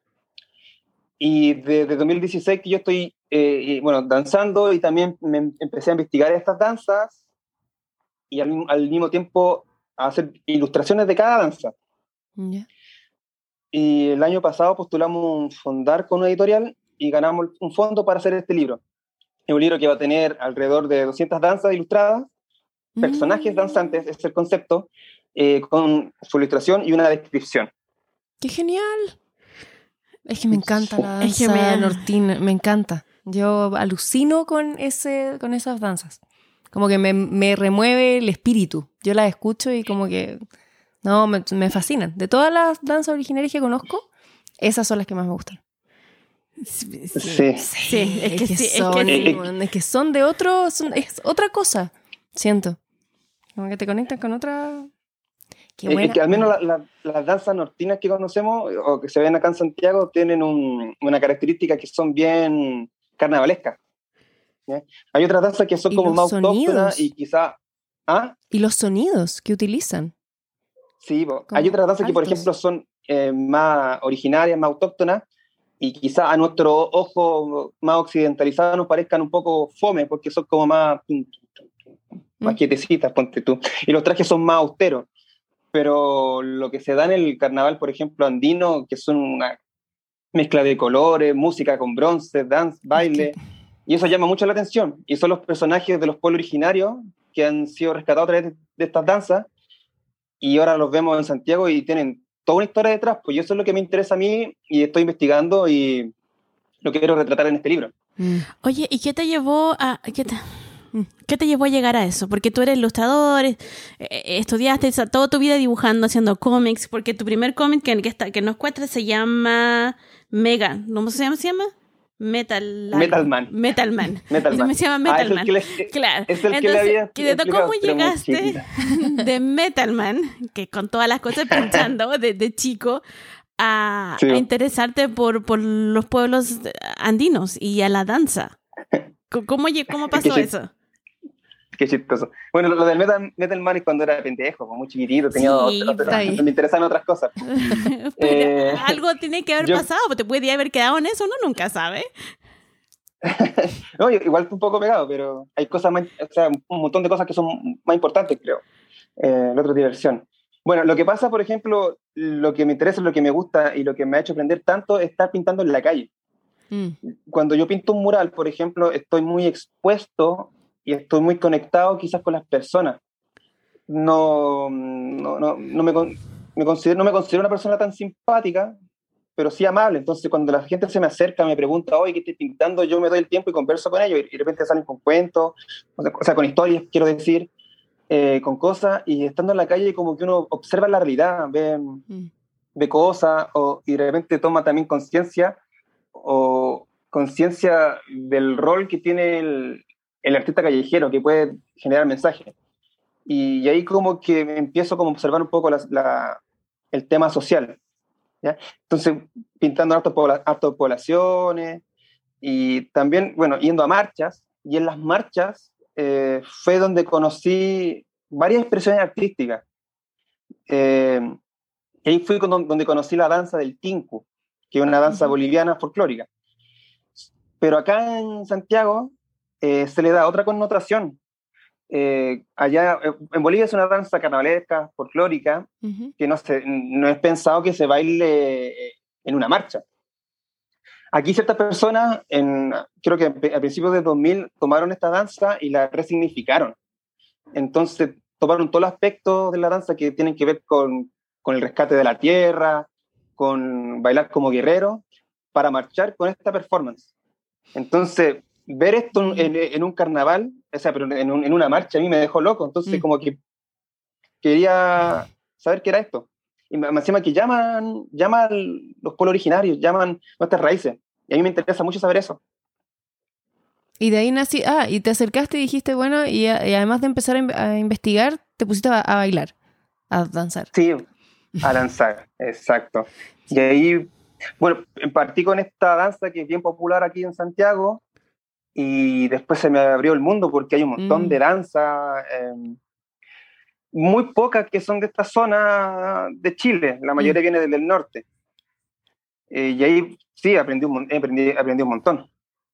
Y desde dos mil dieciséis que yo estoy eh, y, bueno, danzando y también me empecé a investigar estas danzas y al, al mismo tiempo a hacer ilustraciones de cada danza. Yeah. Y el año pasado postulamos un fondar con una editorial y ganamos un fondo para hacer este libro. Es un libro que va a tener alrededor de doscientas danzas ilustradas, mm. personajes danzantes, es el concepto, eh, con su ilustración y una descripción. ¡Qué genial! Es que me encanta la danza es que me... nortina, me encanta. Yo alucino con, ese, con esas danzas. Como que me, me remueve el espíritu. Yo las escucho y como que... No, me, me fascinan. De todas las danzas originarias que conozco, esas son las que más me gustan. Sí, sí, sí es, que es, que sí, son, es, que, es que son de otro... Son, es otra cosa, siento. Como que te conectan con otra... Qué buena. Es que al menos la, la, las danzas nortinas que conocemos o que se ven acá en Santiago tienen un, una característica que son bien carnavalescas. ¿Sí? Hay otras danzas que son como más autóctonas y quizá... ¿Ah? ¿Y los sonidos que utilizan? Sí, bo. Hay otras danzas altos. que, por ejemplo, son eh, más originarias, más autóctonas, y quizá a nuestro ojo más occidentalizado nos parezcan un poco fome, porque son como más, más mm. quietecitas, ponte tú. Y los trajes son más austeros. Pero lo que se da en el carnaval, por ejemplo, andino, que son una mezcla de colores, música con bronce, dance, baile, okay. y eso llama mucho la atención. Y son los personajes de los pueblos originarios que han sido rescatados a través de, de estas danzas, y ahora los vemos en Santiago y tienen toda una historia detrás, pues eso es lo que me interesa a mí y estoy investigando y lo quiero retratar en este libro. Mm. Oye, ¿y qué te llevó a... Qué te... ¿Qué te llevó a llegar a eso? Porque tú eres ilustrador, eh, estudiaste toda tu vida dibujando, haciendo cómics, porque tu primer cómic que, que, está, que nos cuesta se llama Mega. ¿Cómo se llama? ¿Se llama? Metal Metal Man. Metal Man. Metal Man. Me se llama Metal ah, Man. Es el que le, claro. es el Entonces, que le había Quedeto, ¿cómo pero muy llegaste chiquita. de Metal Man, que con todas las cosas pinchando de, de chico, a, Sí. a interesarte por, por los pueblos andinos y a la danza? ¿Cómo, lle- cómo pasó Qué eso? Qué chistoso. Bueno, lo del Metal, Metal Man es cuando era pendejo, muy chiquitito, tenía Sí, otro- otro- está bien. me interesaban otras cosas. Pero Eh, algo tiene que haber yo- pasado, porque te puede haber quedado en eso, uno nunca sabe. No, igual fue un poco pegado, pero hay cosas más, o sea, un montón de cosas que son más importantes, creo. Eh, el otro es diversión. Bueno, lo que pasa, por ejemplo, lo que me interesa, lo que me gusta y lo que me ha hecho aprender tanto es estar pintando en la calle. Mm. Cuando yo pinto un mural, por ejemplo, estoy muy expuesto y estoy muy conectado quizás con las personas. No, no, no, no, me, con- me considero, no me considero una persona tan simpática, pero sí amable. Entonces, cuando la gente se me acerca, me pregunta, oye, ¿qué estoy pintando? Yo me doy el tiempo y converso con ellos. Y de repente salen con cuentos, o sea, o sea, con historias, quiero decir, eh, con cosas. Y estando en la calle, como que uno observa la realidad, ve, Mm. ve cosas, o, y de repente toma también conciencia, o conciencia del rol que tiene el, el artista callejero, que puede generar mensajes. Y, y ahí como que empiezo como a observar un poco la, la, el tema social, ¿ya? Entonces, pintando hartas pobla, hartas poblaciones y también, bueno, yendo a marchas, y en las marchas eh, fue donde conocí varias expresiones artísticas. Eh, y ahí fui con, donde conocí la danza del tinku, que es una danza Uh-huh. boliviana folclórica. Pero acá en Santiago eh, se le da otra connotación. Eh, allá en Bolivia es una danza carnavalesca, folclórica, Uh-huh. que no, se, no es pensado que se baile en una marcha. Aquí ciertas personas, en, creo que a principios de dos mil, tomaron esta danza y la resignificaron. Entonces tomaron todos los aspectos de la danza que tienen que ver con, con el rescate de la tierra, con bailar como guerrero, para marchar con esta performance. Entonces, ver esto Mm. en, en un carnaval, o sea, pero en, un, en una marcha, a mí me dejó loco. Entonces, Mm. como que quería saber qué era esto. Y me encima que llaman, llaman los pueblos originarios, llaman nuestras raíces. Y a mí me interesa mucho saber eso. Y de ahí nací, ah, y te acercaste y dijiste, bueno, y, a- y además de empezar a, in- a investigar, te pusiste a, a bailar, a danzar. Sí, a danzar, exacto. Y ahí, bueno, partí con esta danza que es bien popular aquí en Santiago y después se me abrió el mundo porque hay un montón Mm. de danza, eh, muy pocas que son de esta zona de Chile, la mayoría Mm. viene del norte. Eh, y ahí sí, aprendí un, mon- aprendí, aprendí un montón.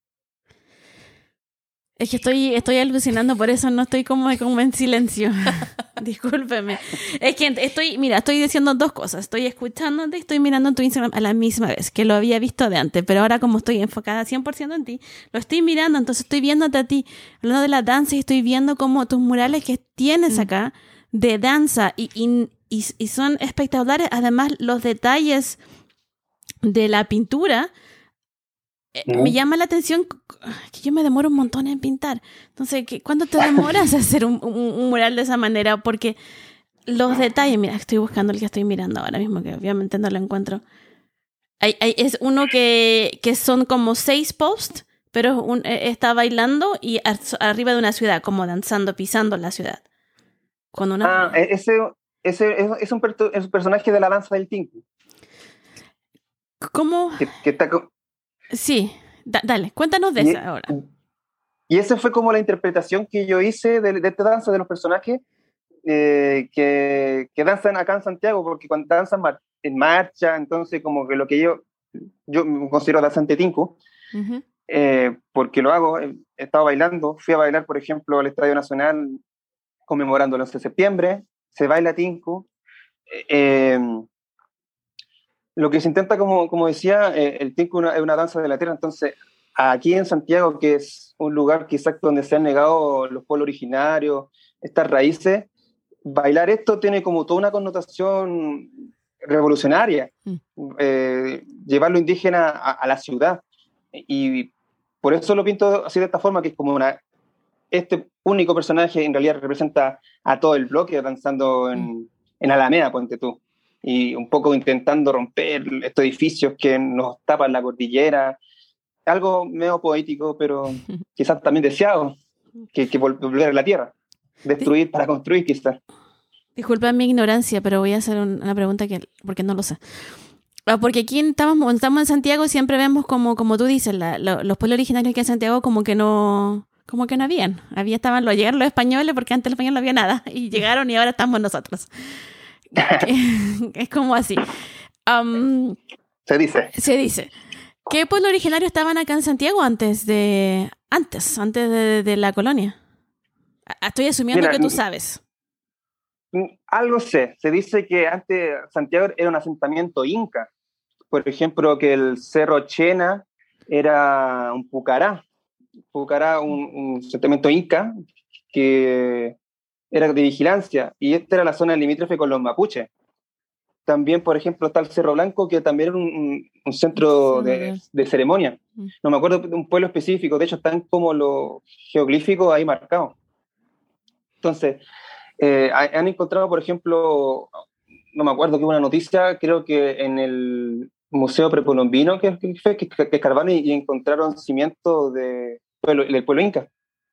Es que estoy, estoy alucinando, por eso no estoy como, como en silencio. Discúlpeme. Es que estoy, mira, estoy diciendo dos cosas. Estoy escuchándote y estoy mirando tu Instagram a la misma vez, que lo había visto de antes, pero ahora como estoy enfocada cien por ciento en ti, lo estoy mirando, entonces estoy viéndote a ti, hablando de la danza y estoy viendo como tus murales que tienes Mm. acá de danza y, y, y, y son espectaculares. Además, los detalles de la pintura. Eh, Mm. Me llama la atención que yo me demoro un montón en pintar. Entonces, ¿qué- ¿cuánto te demoras a hacer un, un, un mural de esa manera? Porque los detalles, mira, estoy buscando el que estoy mirando ahora mismo, que obviamente no lo encuentro. Hay, hay, es uno que, que son como seis posts, pero un, eh, está bailando y ar- arriba de una ciudad, como danzando, pisando la ciudad. Con una... Ah, ese, ese es, es, un perto, es un personaje de la danza del tinku. ¿Cómo? Que, que está co- Sí, da- dale, cuéntanos de y, esa ahora. y esa fue como la interpretación que yo hice de, de esta danza, de los personajes eh, que, que danzan acá en Santiago, porque cuando danzan mar, en marcha, entonces como que lo que yo, yo me considero danzante tinku, Uh-huh. eh, porque lo hago, he estado bailando, fui a bailar, por ejemplo, al Estadio Nacional conmemorando el once de septiembre, se baila tinku. Eh, lo que se intenta, como, como decía, eh, el tinku es una, una danza de la tierra, entonces aquí en Santiago, que es un lugar quizás donde se han negado los pueblos originarios, estas raíces, bailar esto tiene como toda una connotación revolucionaria, Mm. eh, llevar lo indígena a, a la ciudad. Y por eso lo pinto así de esta forma, que es como una... Este único personaje en realidad representa a todo el bloque danzando en, en Alameda, ponte tú. Y un poco intentando romper estos edificios que nos tapan la cordillera. algo medio poético, pero quizás también deseado, que, que vol- volver a la tierra, destruir para construir quizás. Disculpa mi ignorancia, pero voy a hacer un- una pregunta que, porque no lo sé. Ah, porque aquí estamos, cuando estamos en Santiago siempre vemos como, como tú dices, la- lo- los pueblos originarios aquí en Santiago como que no, como que no habían. Había estaban los, llegaron los españoles porque antes los españoles no había nada y llegaron y ahora estamos nosotros. Es como así. Am, Se dice. se dice. ¿Qué pueblo originario estaban acá en Santiago antes de antes, antes de, de la colonia? Ah, estoy asumiendo Mira, que tú sabes. Mm, Algo sé, se dice que antes Santiago era un asentamiento inca. Por ejemplo, que el Cerro Chena era un pucará, pucará, un, un asentamiento inca que era de vigilancia, y esta era la zona limítrofe con los mapuches. También, por ejemplo, está el Cerro Blanco, que también era un, un- un centro de, de ceremonia. No me acuerdo de un pueblo específico, de hecho están como los geoglíficos ahí marcados. Entonces, eh, ha- han encontrado, por ejemplo, no me acuerdo que hubo una noticia, creo que en el Museo Precolombino que, que, fue, que, que escarbaron y, y encontraron cimientos de pueblo, del pueblo inca.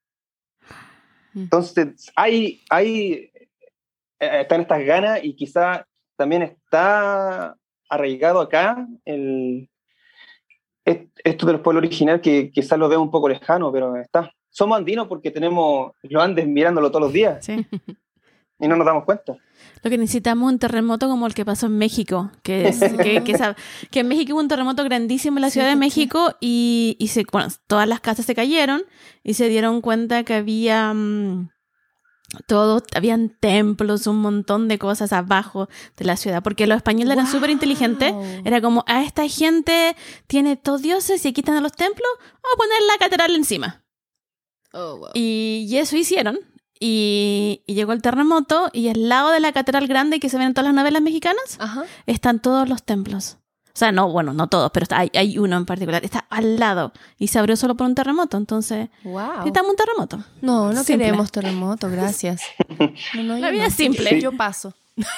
Entonces, hay, hay, eh, están estas ganas y quizá también está arraigado acá el, est- esto de los pueblos originales que quizás lo veo un poco lejano, pero está. Somos andinos porque tenemos los Andes mirándolo todos los días Sí. y no nos damos cuenta. Lo que necesitamos es un terremoto como el que pasó en México, que es que, que, esa- que en México hubo un terremoto grandísimo en la Sí, Ciudad de sí. México y, y se, bueno, todas las casas se cayeron y se dieron cuenta que había mm, todo, habían templos, un montón de cosas abajo de la ciudad, porque los españoles eran Wow. súper inteligentes. Era como, a esta gente tiene todos dioses y aquí están los templos, vamos a poner la catedral encima. Oh, wow. Y, y eso hicieron. Y, y llegó el terremoto y al lado de la catedral grande que se ven en todas las novelas mexicanas Ajá. están todos los templos. O sea, no, bueno, no todos, pero está, hay, hay uno en particular. Está al lado y se abrió solo por un terremoto. Entonces, Wow. necesitamos un terremoto. No, no Simple. queremos terremoto, gracias. No, no, La yo vida no. es simple. Yo paso.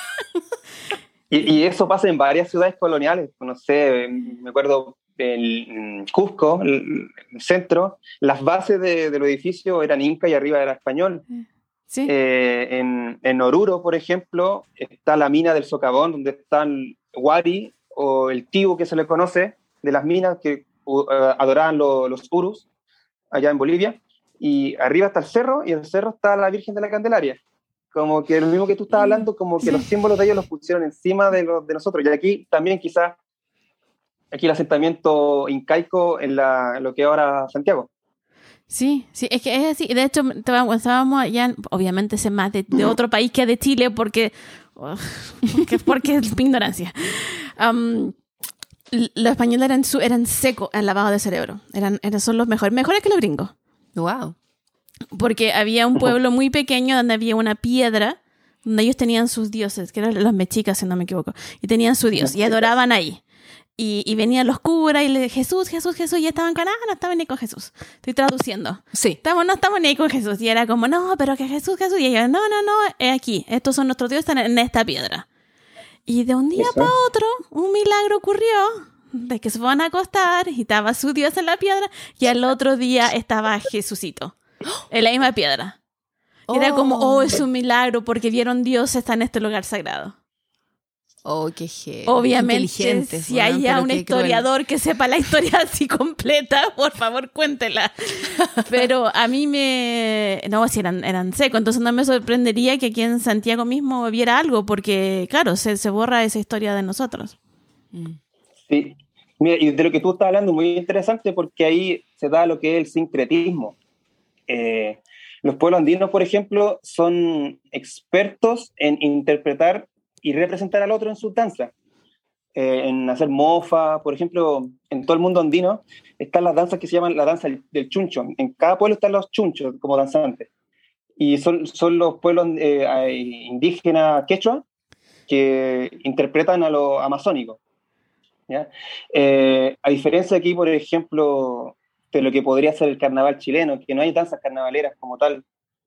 Y, y eso pasa en varias ciudades coloniales. No sé, me acuerdo en Cusco, el, el centro, las bases de, de los edificios eran inca y arriba era español. Sí. Eh, en, en Oruro, por ejemplo, está la mina del Socavón, donde están Wari o el Tibu, que se le conoce, de las minas que uh, adoraban lo, los Urus, allá en Bolivia. Y arriba está el cerro, y en el cerro está la Virgen de la Candelaria. Como que lo mismo que tú estás hablando, como que Sí. los símbolos de ellos los pusieron encima de, los, de nosotros. Y aquí también quizás, aquí el asentamiento incaico en, la, en lo que es ahora Santiago. Sí, sí, es que es así. De hecho, estábamos estábamos allá, obviamente sé más de, de otro país que de Chile porque, ugh, porque, porque es mi ignorancia. Um, l- los españoles eran, su, eran secos en lavado de cerebro. Eran, eran, son los mejores, mejores que los gringos. Wow. Porque había un pueblo muy pequeño donde había una piedra donde ellos tenían sus dioses, que eran los mexicas, si no me equivoco, y tenían su dios y adoraban ahí. Y, y venían los curas y le Jesús, Jesús, Jesús, y estaban con, ah, no estaban ni con Jesús. Estoy traduciendo. Sí. Estamos, no estamos ni ahí con Jesús. Y era como, no, pero que Jesús, Jesús. Y ellos, no, no, no, es aquí. Estos son nuestros dioses, están en esta piedra. Y de un día Eso. para otro, un milagro ocurrió de que se fueron a acostar y estaba su dios en la piedra y al otro día estaba Jesucito en la misma piedra. Y era como, oh, es un milagro porque vieron Dios está en este lugar sagrado. Oh, qué heavy. Obviamente, Inteligentes, si weón, hay pero un qué historiador que sepa la historia así completa, por favor, cuéntela. Pero a mí me... No, si eran, eran secos, entonces no me sorprendería que aquí en Santiago mismo viera algo, porque, claro, se, se borra esa historia de nosotros. cruel. Sí. Mira, y de lo que tú estás hablando, muy interesante, porque ahí se da lo que es el sincretismo. Eh, los pueblos andinos, por ejemplo, son expertos en interpretar y representar al otro en sus danzas, eh, en hacer mofa. Por ejemplo, en todo el mundo andino están las danzas que se llaman la danza del chuncho. En cada pueblo están los chunchos como danzantes. Y son, son los pueblos eh, indígenas quechua que interpretan a lo amazónico. ¿Ya? Eh, a diferencia aquí, por ejemplo, de lo que podría ser el carnaval chileno, que no hay danzas carnavaleras como tal,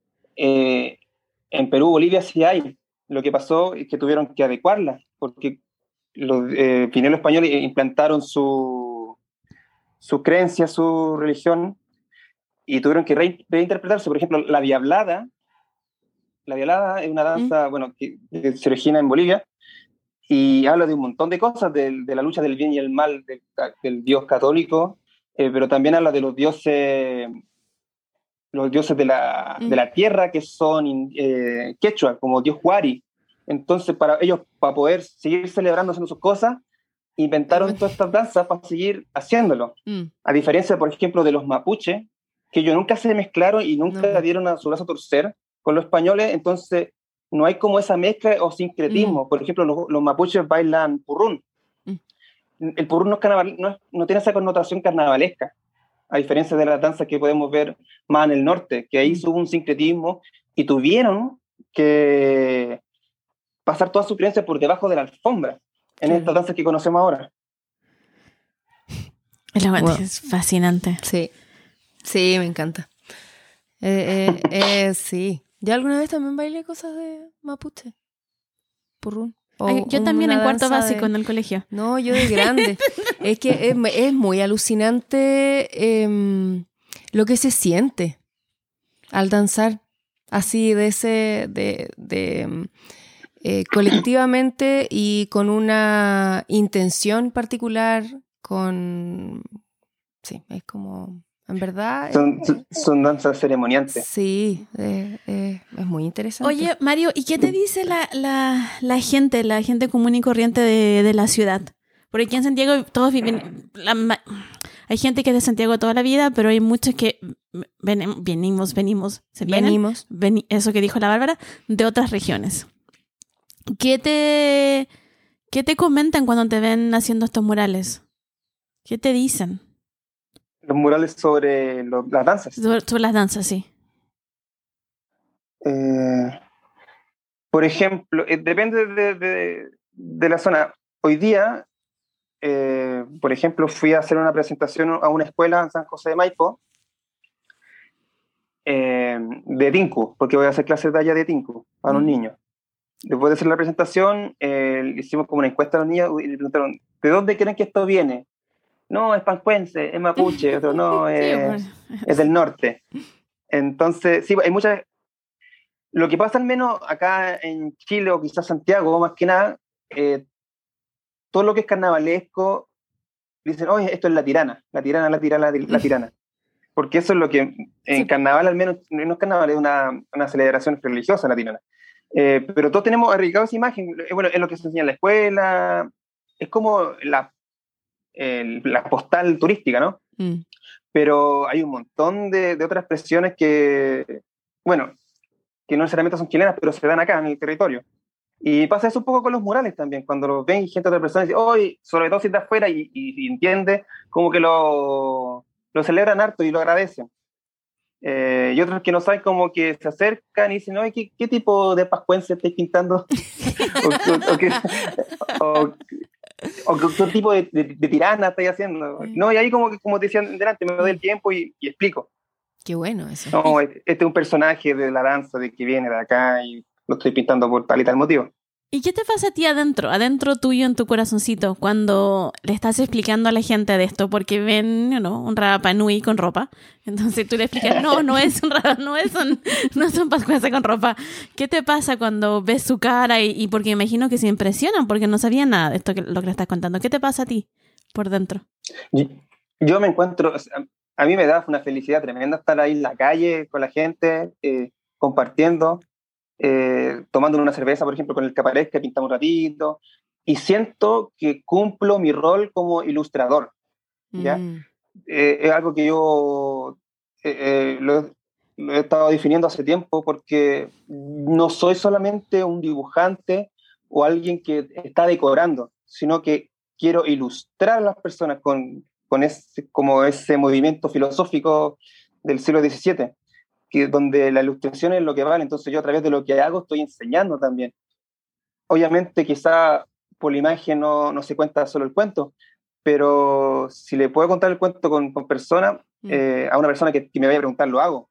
eh, en Perú, Bolivia sí hay. Lo que pasó es que tuvieron que adecuarlas, porque los eh, pineros españoles implantaron su, su creencia, su religión, y tuvieron que re- reinterpretarse. Por ejemplo, la diablada, la diablada es una danza, mm. bueno, que, que se origina en Bolivia, y habla de un montón de cosas, de, de la lucha del bien y el mal de, del dios católico, eh, pero también habla de los dioses, los dioses de la, mm. de la tierra, que son eh, quechua, como dios Huari. Entonces, para ellos, para poder seguir celebrando haciendo sus cosas, inventaron todas estas danzas para seguir haciéndolo. Mm. A diferencia, por ejemplo, de los mapuches, que ellos nunca se mezclaron y nunca no. dieron a su brazo a torcer con los españoles, entonces no hay como esa mezcla o sincretismo. Mm. Por ejemplo, los, los mapuches bailan purrún. Mm. El purrún no, es carnaval, no, es, no tiene esa connotación carnavalesca, a diferencia de las danzas que podemos ver más en el norte, que ahí mm. hubo un sincretismo y tuvieron que pasar toda su creencia por debajo de la alfombra en sí. estas danzas que conocemos ahora. Es, wow. es fascinante. Sí, sí, me encanta. Eh, eh, eh, sí. ¿Ya alguna vez también bailé cosas de mapuche? Purrún. Ay, yo también en cuarto básico de... en el colegio. No, yo de grande. Es que es, es muy alucinante eh, lo que se siente al danzar. Así de ese... de, de eh, colectivamente y con una intención particular, con... Sí, es como... En verdad... Son, es, son danzas ceremoniantes. Sí, eh, eh, es muy interesante. Oye, Mario, ¿y qué te dice la, la, la gente, la gente común y corriente de, de la ciudad? Porque aquí en Santiago todos viven... La, hay gente que es de Santiago toda la vida, pero hay muchos que ven, venimos, venimos, se vienen, venimos. Ven, eso que dijo la Bárbara, de otras regiones. ¿Qué te, ¿Qué te comentan cuando te ven haciendo estos murales? ¿Qué te dicen? Los murales sobre lo, las danzas. Sobre, sobre las danzas, sí. Eh, por ejemplo, eh, depende de, de, de la zona. Hoy día, eh, por ejemplo, fui a hacer una presentación a una escuela en San José de Maipo eh, de Tinku, porque voy a hacer clases de allá de Tinku a los mm. niños. Después de hacer la presentación, eh, hicimos como una encuesta a los niños y le preguntaron, ¿de dónde creen que esto viene? No, es pancuense, es mapuche, otro no, es, sí, es del norte. Entonces, sí, hay muchas... Lo que pasa al menos acá en Chile o quizás Santiago, más que nada, eh, todo lo que es carnavalesco, dicen, oye, esto es la tirana, la tirana, la tirana, la tirana. Porque eso es lo que, en sí. carnaval al menos, no es carnaval, es una, una celebración religiosa, la tirana. Eh, pero todos tenemos arraigado esa imagen, bueno, es lo que se enseña en la escuela, es como la, el, la postal turística, ¿no? Mm. Pero hay un montón de, de otras expresiones que, bueno, que no necesariamente son chilenas, pero se dan acá en el territorio. Y pasa eso un poco con los murales también, cuando los ven gente de otras personas, dicen, hoy, sobre todo si está afuera y, y, y entiende, como que lo, lo celebran harto y lo agradecen. Eh, y otros que no saben, como que se acercan y dicen, oye, ¿qué, qué tipo de pascuense estáis pintando? o, o, o, que, o, o qué tipo de, de, de tirana estáis haciendo. No, y ahí como, como te decían delante, me doy el tiempo y, y explico. Qué bueno eso. No, este es un personaje de la danza de que viene de acá y lo estoy pintando por tal y tal motivo. ¿Y qué te pasa a ti adentro, adentro tuyo en tu corazoncito, cuando le estás explicando a la gente de esto? Porque ven, you know, un Rapa Nui con ropa. Entonces tú le explicas, no, no es un Rapa, no es un, no son pascuenses con ropa. ¿Qué te pasa cuando ves su cara? Y, y porque imagino que se impresionan porque no sabían nada de esto, que, lo que le estás contando. ¿Qué te pasa a ti por dentro? Yo, yo me encuentro, a mí me da una felicidad tremenda estar ahí en la calle con la gente, eh, compartiendo. Eh, tomando una cerveza, por ejemplo, con el que aparezca, pintamos un ratito, y siento que cumplo mi rol como ilustrador, ¿ya? Mm. Eh, es algo que yo eh, eh, lo, lo he estado definiendo hace tiempo, porque no soy solamente un dibujante o alguien que está decorando, sino que quiero ilustrar a las personas con, con ese, como ese movimiento filosófico del siglo diecisiete, que donde la ilustración es lo que vale. Entonces yo a través de lo que hago estoy enseñando también. Obviamente quizá por la imagen no, no se cuenta solo el cuento, pero si le puedo contar el cuento con, con personas, mm. eh, a una persona que, que me vaya a preguntar, lo hago.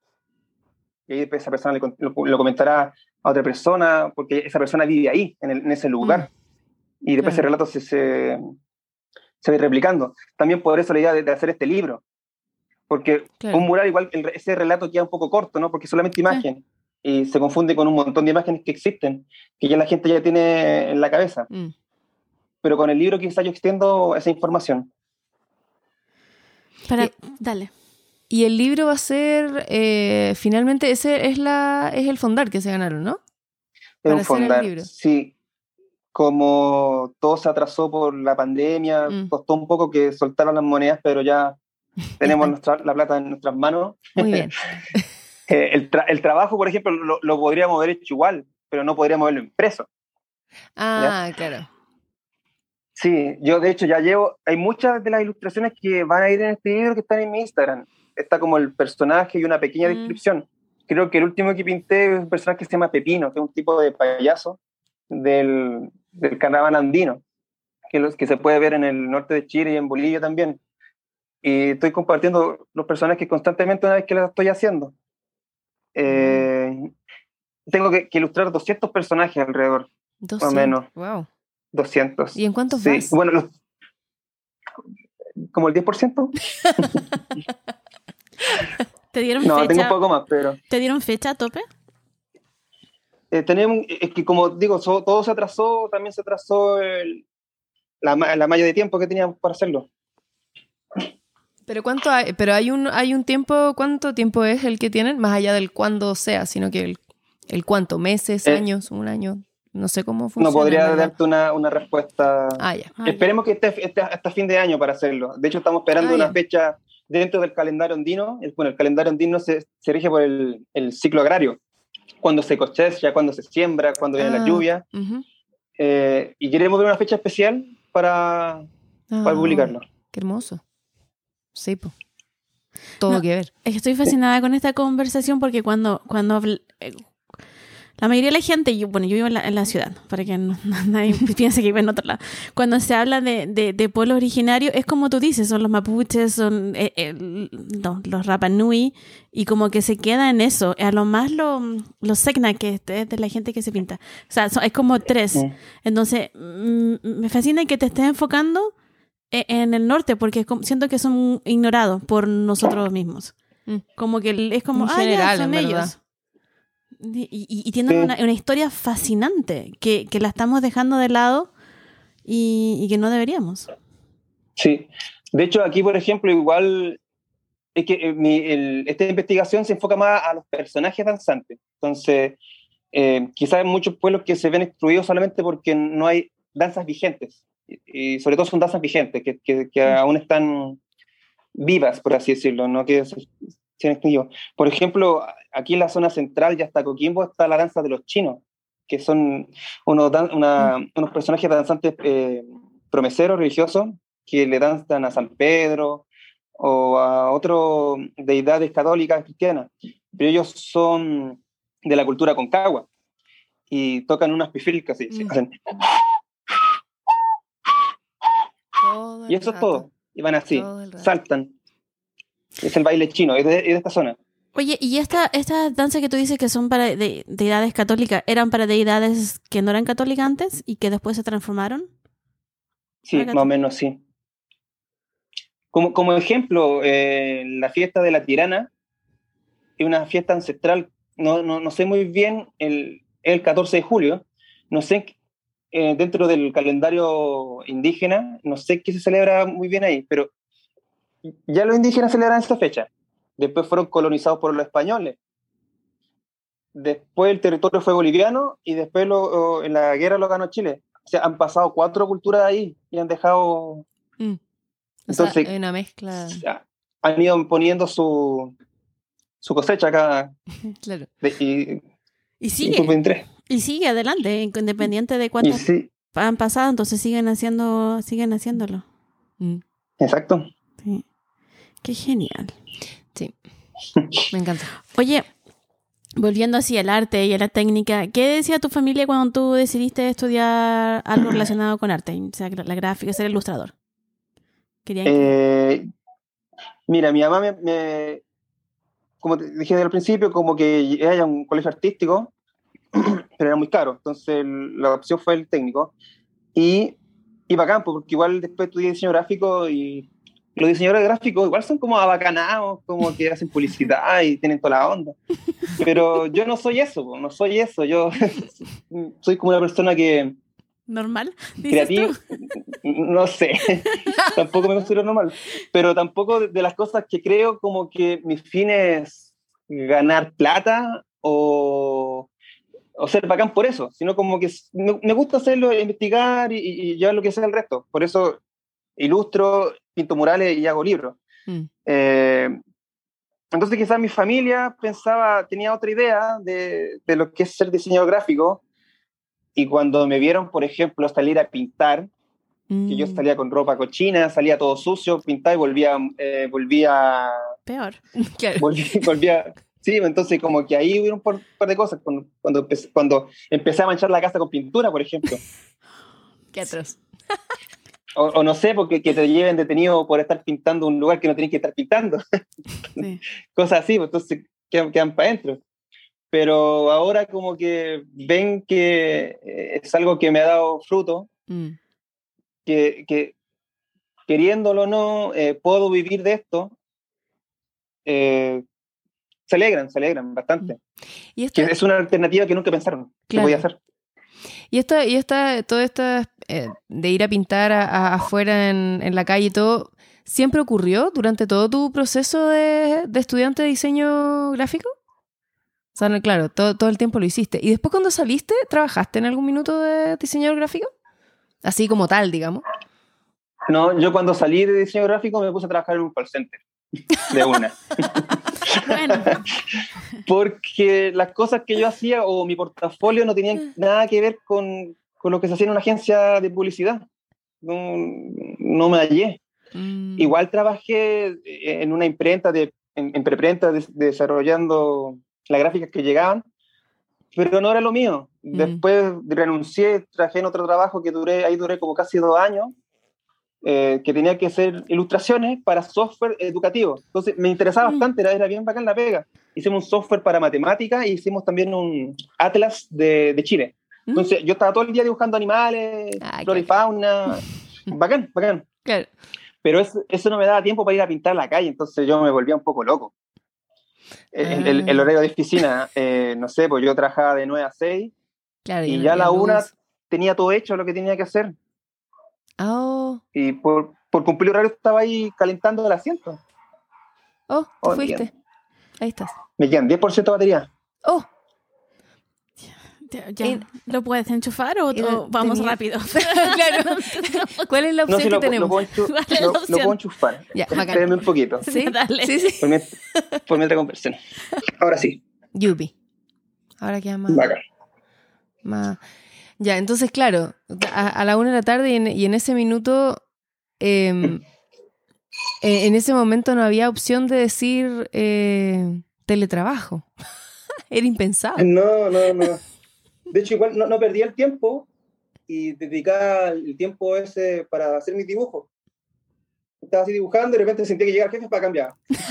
Y ahí esa persona le, lo, lo comentará a otra persona, porque esa persona vive ahí, en, el, en ese lugar. Mm. Y después claro. ese relato se, se, se va replicando. También por eso la idea de, de hacer este libro, porque claro. un mural igual, el, ese relato queda un poco corto, ¿no? Porque es solamente imagen, sí. y se confunde con un montón de imágenes que existen, que ya la gente ya tiene en la cabeza. Mm. Pero con el libro quizá yo extiendo esa información. Para, y, dale. Y el libro va a ser, eh, finalmente, ese es, la, es el fondar que se ganaron, ¿no? Es un fondar, sí. Como todo se atrasó por la pandemia, mm. costó un poco que soltaran las monedas, pero ya tenemos nuestra, la plata en nuestras manos. Muy bien. eh, el, tra- el trabajo, por ejemplo, lo, lo podríamos haber hecho igual, pero no podríamos haberlo impreso. Ah, ¿ya? Claro. Sí, yo de hecho ya llevo, hay muchas de las ilustraciones que van a ir en este libro que están en mi Instagram. Está como el personaje y una pequeña mm. descripción. Creo que el último que pinté es un personaje que se llama Pepino, que es un tipo de payaso del, del carnaval andino, que, los, que se puede ver en el norte de Chile y en Bolivia también. Y estoy compartiendo los personajes constantemente una vez que los estoy haciendo. Eh, mm. Tengo que, que ilustrar doscientos personajes alrededor, doscientos, más o menos. Wow. doscientos. ¿Y en cuántos sí. vas? Bueno, los, como el diez por ciento. ¿Te dieron no, fecha? tengo un poco más, pero... ¿Te dieron fecha a tope? Eh, tenemos, es que como digo, so, todo se atrasó, también se atrasó el, la, la malla de tiempo que teníamos para hacerlo. Pero cuánto hay, pero hay un, hay un tiempo, ¿cuánto tiempo es el que tienen? Más allá del cuándo sea, sino que el, el cuánto, meses, eh, años, un año, no sé cómo funciona. No podría darte una, una respuesta. Ah, ya. Ah, Esperemos ya. que esté, esté hasta fin de año para hacerlo. De hecho, estamos esperando ah, una ya. fecha dentro del calendario andino. El, bueno, el calendario andino se, se rige por el, el ciclo agrario. Cuando se cosecha, cuando se siembra, cuando viene ah, la lluvia. Uh-huh. eh, y queremos ver una fecha especial para, ah, para publicarlo. Qué hermoso. Sí, pues. Todo no, que ver. Es que estoy fascinada sí. con esta conversación porque cuando, cuando habl- eh, la mayoría de la gente, yo, bueno, yo vivo en la, en la ciudad, para que no, no, nadie piense que vive en otro lado. Cuando se habla de, de, de pueblos originarios, es como tú dices, son los mapuches, son eh, eh, no, los Rapa Nui, y como que se queda en eso. A lo más los lo Secna, que es de la gente que se pinta. O sea, son, es como tres. Sí. Entonces, mm, me fascina que te estés enfocando en el norte, porque es como, siento que son ignorados por nosotros mismos. Mm. Como que es como, en ah, general, ya, son en ellos. Y, y, y tienen sí. una, una historia fascinante que, que la estamos dejando de lado y, y que no deberíamos. Sí. De hecho, aquí, por ejemplo, igual es que mi, el, esta investigación se enfoca más a los personajes danzantes. Entonces, eh, quizás hay muchos pueblos que se ven excluidos solamente porque no hay danzas vigentes. Y sobre todo son danzas vigentes, que, que, que aún están vivas, por así decirlo, no que se, se han extinguido. Por ejemplo, aquí en la zona central, ya hasta Coquimbo, está la danza de los chinos, que son unos, dan, una, unos personajes danzantes eh, promeceros, religiosos, que le danzan a San Pedro o a otras deidades católicas cristianas. Pero ellos son de la cultura concagua y tocan unas pifilcas y mm. hacen... Y eso es todo. Y van así, saltan. Es el baile chino, es de, es de esta zona. Oye, ¿y esta, esta danza que tú dices que son para de, deidades católicas, eran para deidades que no eran católicas antes y que después se transformaron? Sí, más o menos sí. Como, como ejemplo, eh, la fiesta de la Tirana es una fiesta ancestral, no, no, no sé muy bien, el, el catorce de julio, no sé Eh, dentro del calendario indígena, no sé qué se celebra muy bien ahí, pero ya los indígenas celebran esta fecha. Después fueron colonizados por los españoles. Después el territorio fue boliviano y después lo, en la guerra lo ganó Chile. O sea, han pasado cuatro culturas ahí y han dejado... Mm. Entonces, o sea, hay una mezcla. Han ido poniendo su, su cosecha acá. Claro. De, y, y sigue. Y, y sigue adelante, independiente de cuántas sí. han pasado, entonces siguen haciendo, siguen haciéndolo. Mm. Exacto. Sí. Qué genial. Sí. Me encanta. Oye, volviendo así al arte y a la técnica, ¿qué decía tu familia cuando tú decidiste estudiar algo relacionado con arte? O sea, la gráfica, ser ilustrador. ¿Querían eh, que... Mira, mi mamá me, me, como te dije al principio, como que era un colegio artístico, pero era muy caro, entonces la opción fue el técnico. Y y bacán, porque igual después estudié diseño gráfico y los diseñadores gráficos igual son como abacanados, como que hacen publicidad y tienen toda la onda. Pero yo no soy eso, no soy eso. Yo soy como una persona que... ¿Normal? Creativo, no sé, tampoco me considero normal, pero tampoco de, de las cosas que creo como que mi fin es ganar plata o, o ser bacán por eso, sino como que me, me gusta hacerlo, investigar y, y llevar lo que sea el resto. Por eso ilustro, pinto murales y hago libros. Mm. Eh, entonces quizás mi familia pensaba, tenía otra idea de, de lo que es ser diseñador gráfico, y cuando me vieron, por ejemplo, salir a pintar, mm. que yo salía con ropa cochina, salía todo sucio, pintaba y volvía... Eh, volvía Peor. Volvía, volvía... Sí, entonces como que ahí hubo un par, par de cosas, cuando, cuando, empecé, cuando empecé a manchar la casa con pintura, por ejemplo. Qué atroz. O, o no sé, porque que te lleven detenido por estar pintando un lugar que no tenés que estar pintando. Sí. Cosas así, pues, entonces quedan, quedan para adentro. Pero ahora como que ven que es algo que me ha dado fruto, mm. que, que queriéndolo o no, eh, puedo vivir de esto, eh, se alegran, se alegran bastante. ¿Y esto? Que es una alternativa que nunca pensaron claro. que podía hacer. Y esta, y esta, todo esto eh, de ir a pintar a, a, afuera en, en la calle y todo, ¿siempre ocurrió durante todo tu proceso de, de estudiante de diseño gráfico? O sea, no, claro, todo, todo el tiempo lo hiciste. ¿Y después cuando saliste, trabajaste en algún minuto de diseñador gráfico? Así como tal, digamos. No, yo cuando salí de diseño gráfico me puse a trabajar en un call center. De una. Bueno. Porque las cosas que yo hacía o mi portafolio no tenían nada que ver con, con lo que se hacía en una agencia de publicidad. No, no me hallé. Mm. Igual trabajé en una imprenta, de, en, en preprenta, de, de desarrollando las gráficas que llegaban, pero no era lo mío. Mm. Después renuncié, trabajé en otro trabajo que duré, ahí duré como casi dos años, eh, que tenía que hacer ilustraciones para software educativo. Entonces me interesaba mm. bastante, era, era bien bacán la pega. Hicimos un software para matemáticas y hicimos también un atlas de, de Chile. Entonces mm. yo estaba todo el día dibujando animales, ah, flora y fauna, bacán, bacán. Claro. Pero eso, eso no me daba tiempo para ir a pintar la calle, entonces yo me volvía un poco loco. El, el, el horario de oficina, eh, no sé, pues yo trabajaba de nueve a seis claro, y, y ya a la una tenía todo hecho lo que tenía que hacer. Oh. Y por, por cumplir el horario estaba ahí calentando el asiento. Oh, te oh, fuiste. Bien. Ahí estás. Me quedan diez por ciento de batería. Oh. Ya, ya. ¿Lo puedes enchufar o, o vamos tenía... rápido? Claro. ¿Cuál es la opción no, si que lo, tenemos? Lo puedo, enchu lo, lo puedo enchufar. Ya, espérenme un poquito. Sí, dale. Sí, sí. Por mientras, por mientras conversen. Ahora sí. Yupi. Ahora queda más. Bacán. Más. Ya, entonces, claro, a, a la una de la tarde y en, y en ese minuto, eh, mm. en ese momento no había opción de decir eh, teletrabajo. Era impensable. No, no, no. De hecho, igual no, no perdí el tiempo y dedicaba el tiempo ese para hacer mis dibujos. Estaba así dibujando y de repente sentí que llegaba el jefe para cambiar.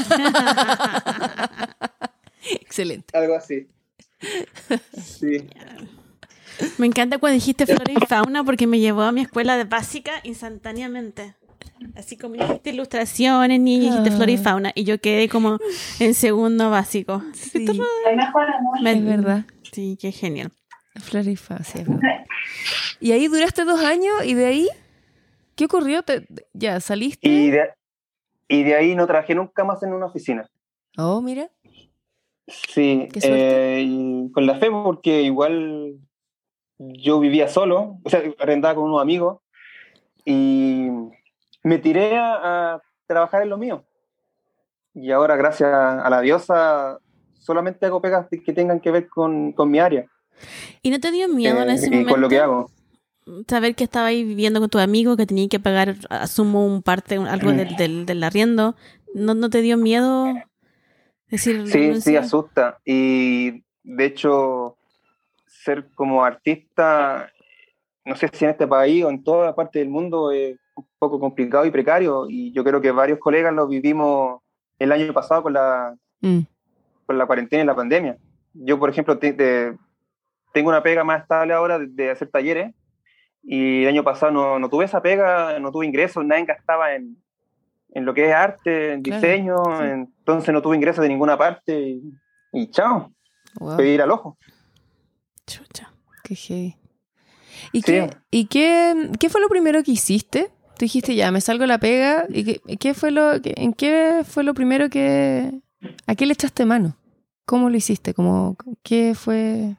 Excelente. Algo así. Sí. Me encanta cuando dijiste flora y fauna porque me llevó a mi escuela de básica instantáneamente. Así como dijiste ilustraciones, ni dijiste flora y fauna. Y yo quedé como en segundo básico. Sí. Me, es verdad. Sí, qué genial. Flora y fauna, sí, es verdad. Y ahí duraste dos años y de ahí, ¿qué ocurrió? ¿Te, ya, saliste? Y de, y de ahí no trabajé nunca más en una oficina. Oh, mira. Sí, eh, y con la fe porque igual yo vivía solo, o sea, arrendaba con unos amigos y me tiré a, a trabajar en lo mío. Y ahora, gracias a la diosa, solamente hago pegas que tengan que ver con, con mi área. ¿Y no te dio miedo eh, en ese y momento? Con lo que hago. Saber que estaba ahí viviendo con tu amigo, que tenía que pagar, asumo, un parte, algo mm. del, del, del arriendo. ¿No, ¿No te dio miedo decir? Sí, renuncia? Sí, asusta. Y de hecho, ser como artista, no sé si en este país o en toda parte del mundo, es un poco complicado y precario. Y yo creo que varios colegas lo vivimos el año pasado con la, mm. con la cuarentena y la pandemia. Yo, por ejemplo, te, te, tengo una pega más estable ahora de, de hacer talleres y el año pasado no, no tuve esa pega, no tuve ingresos, nadie gastaba en, en lo que es arte, en Claro, diseño, sí. entonces no tuve ingresos de ninguna parte y, y chao, Wow, pedir al ojo. Chucha. qué heavy. ¿Y, Sí. qué, y qué, qué fue lo primero que hiciste? Tú dijiste, ya, me salgo de la pega. ¿Y qué, qué fue lo, qué- en qué fue lo primero que... ¿A qué le echaste mano? ¿Cómo lo hiciste? ¿Cómo, ¿Qué fue...?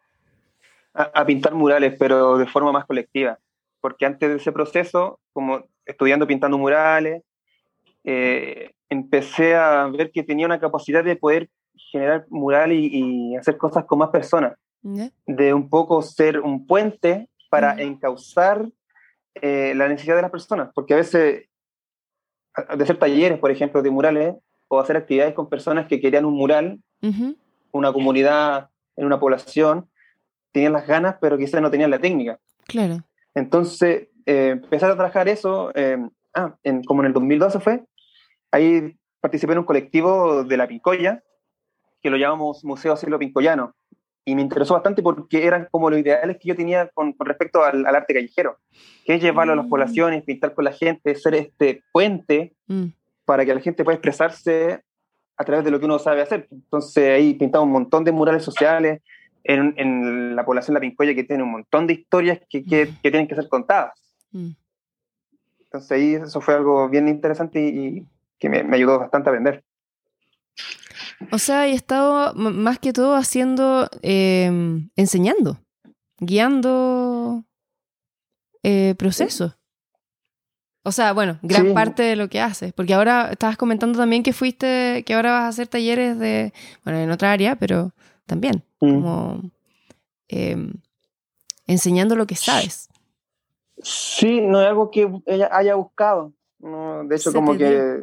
A, a pintar murales, pero de forma más colectiva, porque antes de ese proceso, como estudiando pintando murales, eh, empecé a ver que tenía una capacidad de poder generar murales y, y hacer cosas con más personas, ¿Ya? de un poco ser un puente para Mm. encauzar eh, la necesidad de las personas, porque a veces, a- de hacer talleres, por ejemplo, de murales, o hacer actividades con personas que querían un mural, Ujú. una comunidad en una población, tenían las ganas, pero quizás no tenían la técnica. Claro. Entonces, eh, empezar a trabajar eso, eh, ah, en, como en el dos mil doce fue, ahí participé en un colectivo de La Pincoya, que lo llamamos Museo Asilo Pincoyano, y me interesó bastante porque eran como los ideales que yo tenía con, con respecto al, al arte callejero, que es llevarlo a las Mm. poblaciones, pintar con la gente, ser este puente Mm. para que la gente pueda expresarse a través de lo que uno sabe hacer. Entonces ahí pintamos un montón de murales sociales en, en la población de La Pincoya, que tiene un montón de historias que, que, que tienen que ser contadas. Mm. Entonces ahí eso fue algo bien interesante y, y que me, me ayudó bastante a aprender. O sea, he estado m- más que todo haciendo, eh, enseñando, guiando eh, procesos. O sea, bueno, gran Sí. parte de lo que haces. Porque ahora estabas comentando también que fuiste, que ahora vas a hacer talleres de, bueno, en otra área, pero también, Mm. como eh, enseñando lo que sabes. Sí, no es algo que ella haya buscado. No, de hecho, Se como te que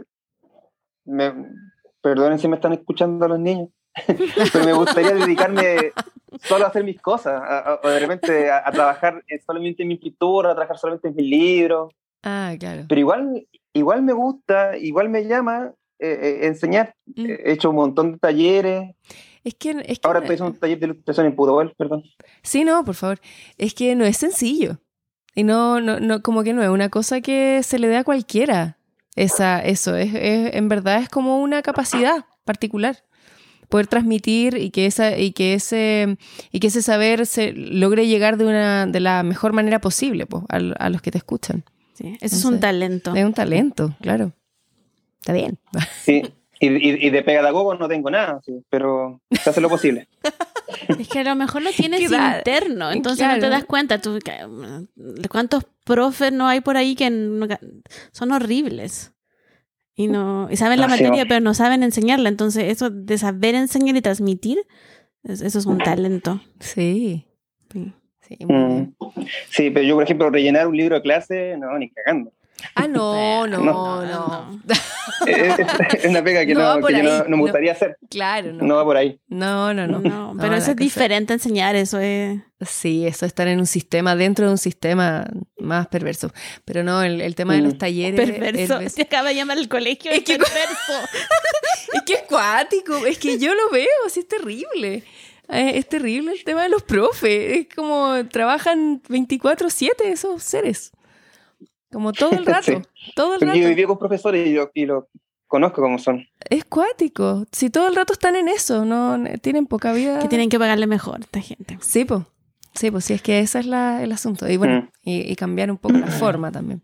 me, perdonen si me están escuchando los niños, pero me gustaría dedicarme solo a hacer mis cosas, a, a- o de repente a, a trabajar solamente en mi pintura, a trabajar solamente en mis libros, Ah, claro. pero igual, igual me gusta, igual me llama eh, eh, enseñar. Mm. He hecho un montón de talleres, Es que, es que ahora no- estoy haciendo un taller de ilustración en Pudahuel, perdón. sí, no, por favor. Es que no es sencillo. Y no, no, no, como que no es una cosa que se le dé a cualquiera. Esa, eso, es, es- en verdad es como una capacidad particular. Poder transmitir y que esa, y que ese, y que ese saber se logre llegar de una, de la mejor manera posible, po, a, a los que te escuchan. Sí, eso es Entonces, un talento. Es un talento, claro. Está bien. Sí, y, y, y de pedagogo no tengo nada, sí, pero se hace lo posible. Es que a lo mejor lo tienes Claro, interno, entonces no te claro. das cuenta. Tú, que- ¿cuántos profes no hay por ahí que no- son horribles? Y no y saben la Ah, sí, materia, no. pero no saben enseñarla. Entonces, eso de saber enseñar y transmitir, es- eso es un talento. Sí, Sí. sí, muy bien. Mm. Sí, pero yo, por ejemplo, rellenar un libro de clase, no, ni cagando. Ah, no, no, No. no. Es, es una pega que No va no, por que yo no, ahí, no me no. gustaría hacer. Claro, no. No va por ahí. No, no, no. No, pero No, eso la es cosa- diferente a enseñar, eso es... Sí, eso es estar en un sistema, dentro de un sistema más perverso. Pero no, el, el tema de los Mm. talleres... Perverso. Es, Se acaba de llamar el colegio Es es que- perverso. es que es cuático, es que yo lo veo, sí, es terrible. Eh, Es terrible el tema de los profes. Es como trabajan veinticuatro siete esos seres. Como todo el rato, Sí. todo el Porque yo rato. viví con profesores y lo, y lo conozco como son. Es cuático. Si todo el rato están en eso, no no- tienen poca vida. Que tienen que pagarle mejor a esta gente. Sí, pues. Sí, pues sí, es que ese es la, el asunto. Y bueno, Mm. y, y cambiar un poco la forma también.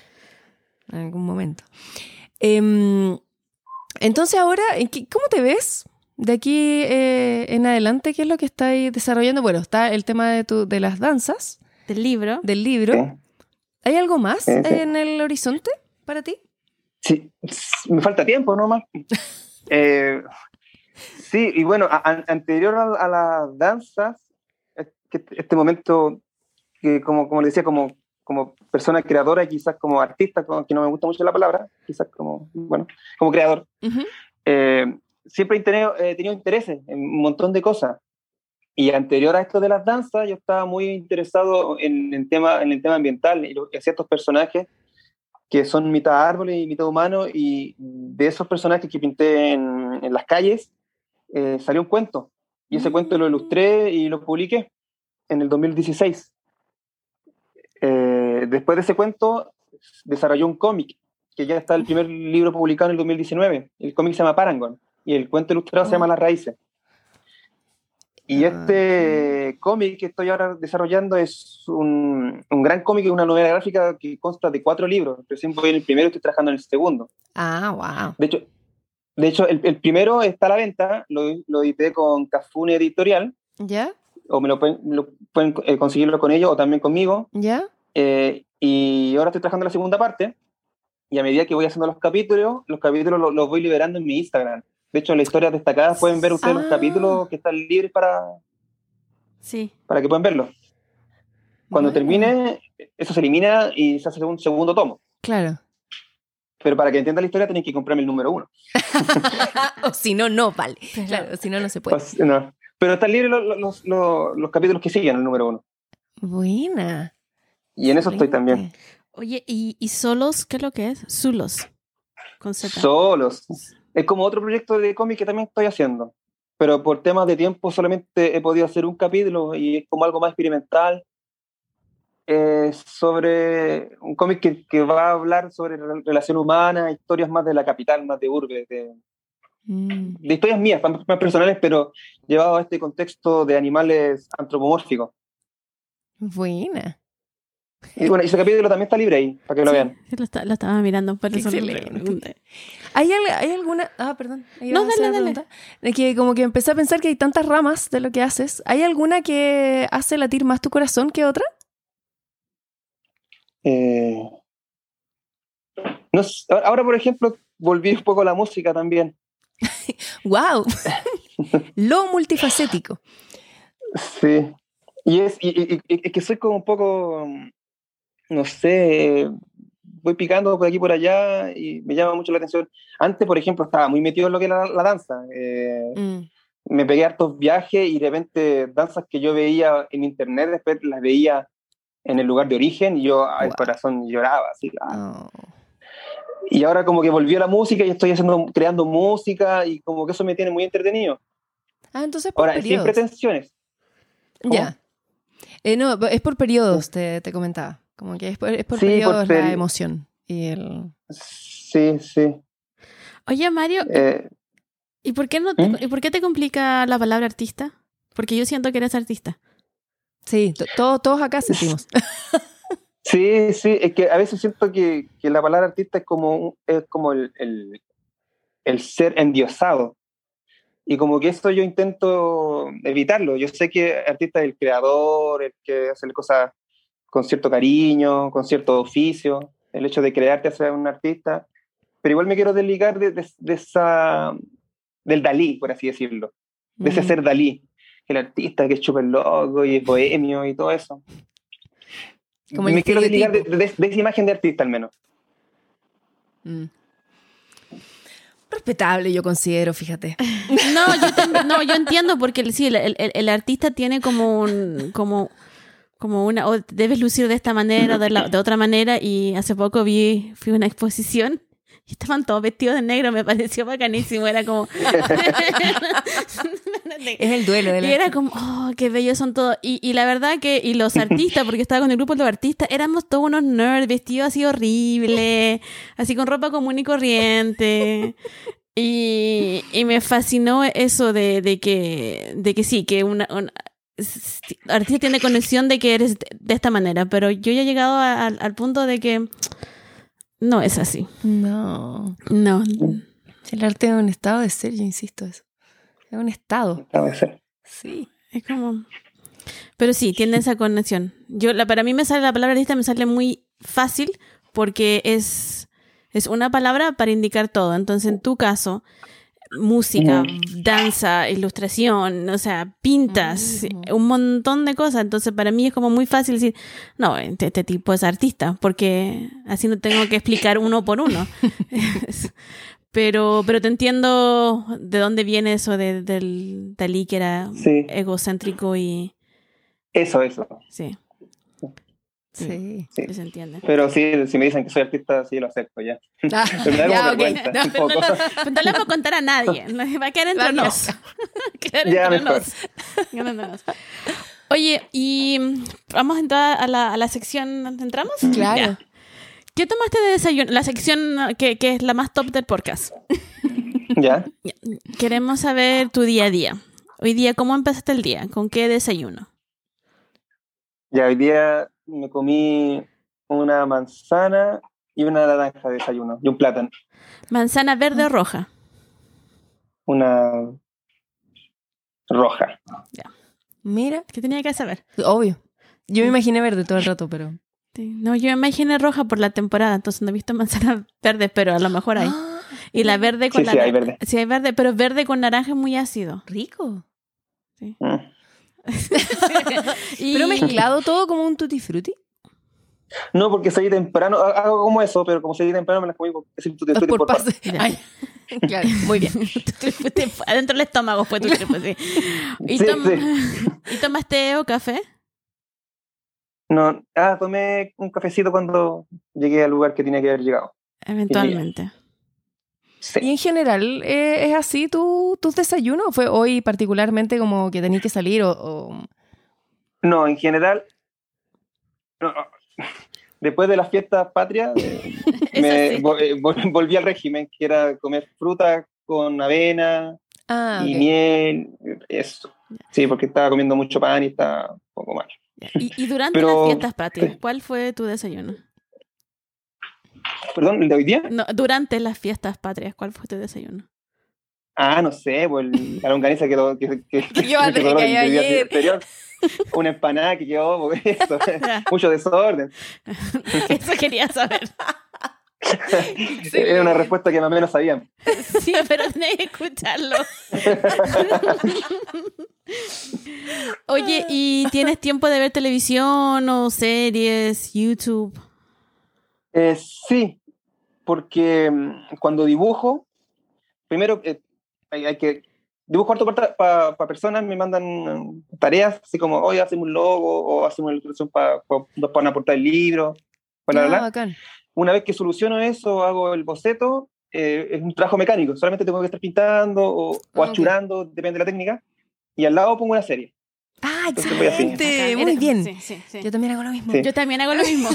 En algún momento. Em, entonces ahora, ¿en qué- ¿cómo te ves de aquí eh, en adelante? ¿Qué es lo que estáis desarrollando? Bueno, está el tema de, tu, de las danzas, Del libro. del libro. Sí. ¿Hay algo más Sí, sí. en el horizonte para ti? Sí, me falta tiempo nomás. Eh, sí, y bueno, a- a- anterior a, a las danzas, es que este momento, que como, como le decía, como, como persona creadora, quizás como artista, como, que no me gusta mucho la palabra, quizás como, bueno, como creador, Ujú. eh, siempre he tenido, he tenido intereses en un montón de cosas. Y anterior a esto de las danzas, yo estaba muy interesado en, en, tema, en el tema ambiental y, lo, y ciertos personajes que son mitad árboles y mitad humanos, y de esos personajes que pinté en, en las calles, eh, salió un cuento. Y ese Mm. cuento lo ilustré y lo publiqué en el dos mil dieciséis. Eh, después de ese cuento, desarrolló un cómic, que ya está el primer libro publicado en el dos mil diecinueve. El cómic se llama Parangon, y el cuento ilustrado oh. se llama Las Raíces. Y este uh, cómic que estoy ahora desarrollando es un, un gran cómic, una novela gráfica que consta de cuatro libros. Recién voy en el primero y estoy trabajando en el segundo. Ah, wow. De hecho, de hecho el, el primero está a la venta, lo, lo edité con Cafune Editorial. ¿Ya? O me lo pueden, me lo pueden eh, conseguirlo con ellos o también conmigo. ¿Ya? Eh, y ahora estoy trabajando en la segunda parte. Y a medida que voy haciendo los capítulos, los capítulos los, los voy liberando en mi Instagram. De hecho, en las historias destacadas pueden ver ustedes ah. los capítulos que están libres para, sí. para que puedan verlos. Cuando bueno. termine, eso se elimina y se hace un segundo tomo. Claro. Pero para que entiendan la historia tienen que comprarme el número uno. O si no, no vale. Claro, si no, no se puede. O, no. Pero están libres los, los, los, los capítulos que siguen el número uno. Buena. Y en eso estoy también. Oye, ¿y, y Solos qué es lo que es? Zulos. Con Z. Solos. Es como otro proyecto de cómic que también estoy haciendo, pero por temas de tiempo solamente he podido hacer un capítulo y es como algo más experimental. Es sobre un cómic que, que va a hablar sobre relación humana, historias más de la capital, más de urbe, de, mm. de historias mías, más, más personales, pero llevado a este contexto de animales antropomórficos. Buena. Y bueno, ese capítulo también está libre ahí, para que lo sí, vean. Lo, está, lo estaba mirando, por eso excelente. ¿Hay, ¿Hay alguna...? Ah, perdón. No, dale, dale. Es que como que empecé a pensar que hay tantas ramas de lo que haces. ¿Hay alguna que hace latir más tu corazón que otra? Eh, no sé, ahora, por ejemplo, volví un poco a la música también. ¡Wow! Lo multifacético. Sí. Y es, y, y, y, es que soy como un poco... no sé, voy picando por aquí y por allá y me llama mucho la atención. Antes, por ejemplo, estaba muy metido en lo que era la, la danza. Eh, mm. Me pegué hartos viajes y de repente danzas que yo veía en internet, después las veía en el lugar de origen y yo, wow. el corazón lloraba. Así, ah. oh. Y ahora como que volví a la música y estoy haciendo, creando música y como que eso me tiene muy entretenido. Ah, entonces por ahora, periodos. sin pretensiones. Ya. Yeah. Eh, no, es por periodos, sí. te, te comentaba. Como que es por, es por sí, periodos por la emoción. Y el... Sí, sí. Oye, Mario, eh, ¿y por qué no te, ¿eh? ¿y por qué te complica la palabra artista? Porque yo siento que eres artista. Sí, to- todos acá sentimos. Sí, sí, es que a veces siento que, que la palabra artista es como, es como el, el, el ser endiosado. Y como que esto yo intento evitarlo. Yo sé que artista es el creador, el que hace las cosas con cierto cariño, con cierto oficio, el hecho de crearte a ser un artista, pero igual me quiero desligar de, de, de esa, del Dalí, por así decirlo, de ese mm. ser Dalí, el artista que es súper loco y es bohemio y todo eso. Como me quiero desligar de, de, de esa imagen de artista al menos. Mm. Respetable, yo considero, fíjate. No, yo, te, no, yo entiendo porque sí, el, el, el artista tiene como un... Como, como una, o debes lucir de esta manera o de, la, de otra manera, y hace poco vi, fui a una exposición y estaban todos vestidos de negro, me pareció bacanísimo, era como... Es el duelo de la... Y era como, oh, qué bellos son todos, y, y la verdad que, y los artistas, porque estaba con el grupo de los artistas, éramos todos unos nerds, vestidos así horrible, así con ropa común y corriente, y, y me fascinó eso de, de que, de que sí, que una... una artista tiene conexión de que eres de esta manera, pero yo ya he llegado a, a, al punto de que no es así. No. No. El arte es un estado de ser, yo insisto eso. Es un estado. Estado de ser. Sí. Es como... Pero sí, tiene esa conexión. Yo, la, para mí me sale la palabra artista, me sale muy fácil porque es, es una palabra para indicar todo. Entonces, en tu caso... música, mm. danza, ilustración, o sea, pintas, mm. un montón de cosas. Entonces para mí es como muy fácil decir, no, este, este tipo es artista, porque así no tengo que explicar uno por uno. pero, pero te entiendo de dónde viene eso de, del Dalí, que era sí. egocéntrico y... Eso, eso. Sí. Sí, sí. Se entiende. Pero sí, si me dicen que soy artista, sí lo acepto ya. Ah, ya, okay. no, no, no, no, no le puedo contar a nadie. Va a quedar entre nos. Quedar ya, entre mejor. nos. Oye, y vamos a entrar a la, a la sección. ¿Entramos? Claro. Ya. ¿Qué tomaste de desayuno? La sección que, que es la más top del podcast. ¿Ya? Queremos saber tu día a día. Hoy día, ¿cómo empezaste el día? ¿Con qué desayuno? Ya, hoy día me comí una manzana y una naranja de desayuno, y un plátano. ¿Manzana verde o roja? Una roja. Ya. Mira, ¿Qué tenía que saber? obvio. Yo me imaginé verde todo el rato, pero... Sí. No, yo me imaginé roja por la temporada, entonces no he visto manzanas verdes, pero a lo mejor hay. Ah, Y la verde con Sí, la sí, hay verde. Sí, hay verde, pero verde con naranja es muy ácido. rico. Sí. Mm. Y- Pero mezclado todo como un tutti frutti. No, porque salí temprano, ha- hago como eso, pero como salí temprano me las comí porque es el tutti frutti Por por pase. pase. Ya. Ay, claro, muy bien. Te fuiste adentro del estómago fue tu tripo, sí. ¿Y, Sí, tom- sí. ¿Y tomaste té o café? No, ah, tomé un cafecito cuando llegué al lugar que tenía que haber llegado. Eventualmente. Sí. ¿Y en general eh, es así tu, tus desayunos? ¿O fue hoy particularmente como que tenías que salir o...? o... No, en general, no, no. Después de las fiestas patrias, eh, me sí. vo- eh, vol- volví al régimen, que era comer fruta con avena Ah, y ok. miel, eso. Sí, porque estaba comiendo mucho pan y estaba un poco mal. ¿Y, y durante Pero- las fiestas patrias, cuál fue tu desayuno? Perdón, ¿el de hoy día? No, durante las fiestas patrias, ¿cuál fue tu desayuno? Ah, no sé, pues el- la longaniza que, lo- que, que, que, Yo antes sobró que del cayó día ayer. anterior. Una empanada que quedó, pues, eso, Ya. mucho desorden. Eso quería saber. Era una respuesta que más o menos sabían. Sí, pero tenés que escucharlo. Oye, ¿y tienes tiempo de ver televisión o series, YouTube? Eh, sí, porque mm, cuando dibujo, primero eh, hay, hay que dibujo harto para pa, pa personas, me mandan mm, tareas, así como, hoy hacemos un logo o hacemos una ilustración para pa, pa una portada del libro, bla, bla, Ah, bla. bacán. Una vez que soluciono eso, hago el boceto, eh, es un trabajo mecánico, solamente tengo que estar pintando o, o Ah, ok. achurando, depende de la técnica, y al lado pongo una serie. Ah, Entonces voy así. excelente. Acá, Muy eres- bien. Sí, sí, sí. Yo también hago lo mismo. Sí. Yo también hago lo mismo.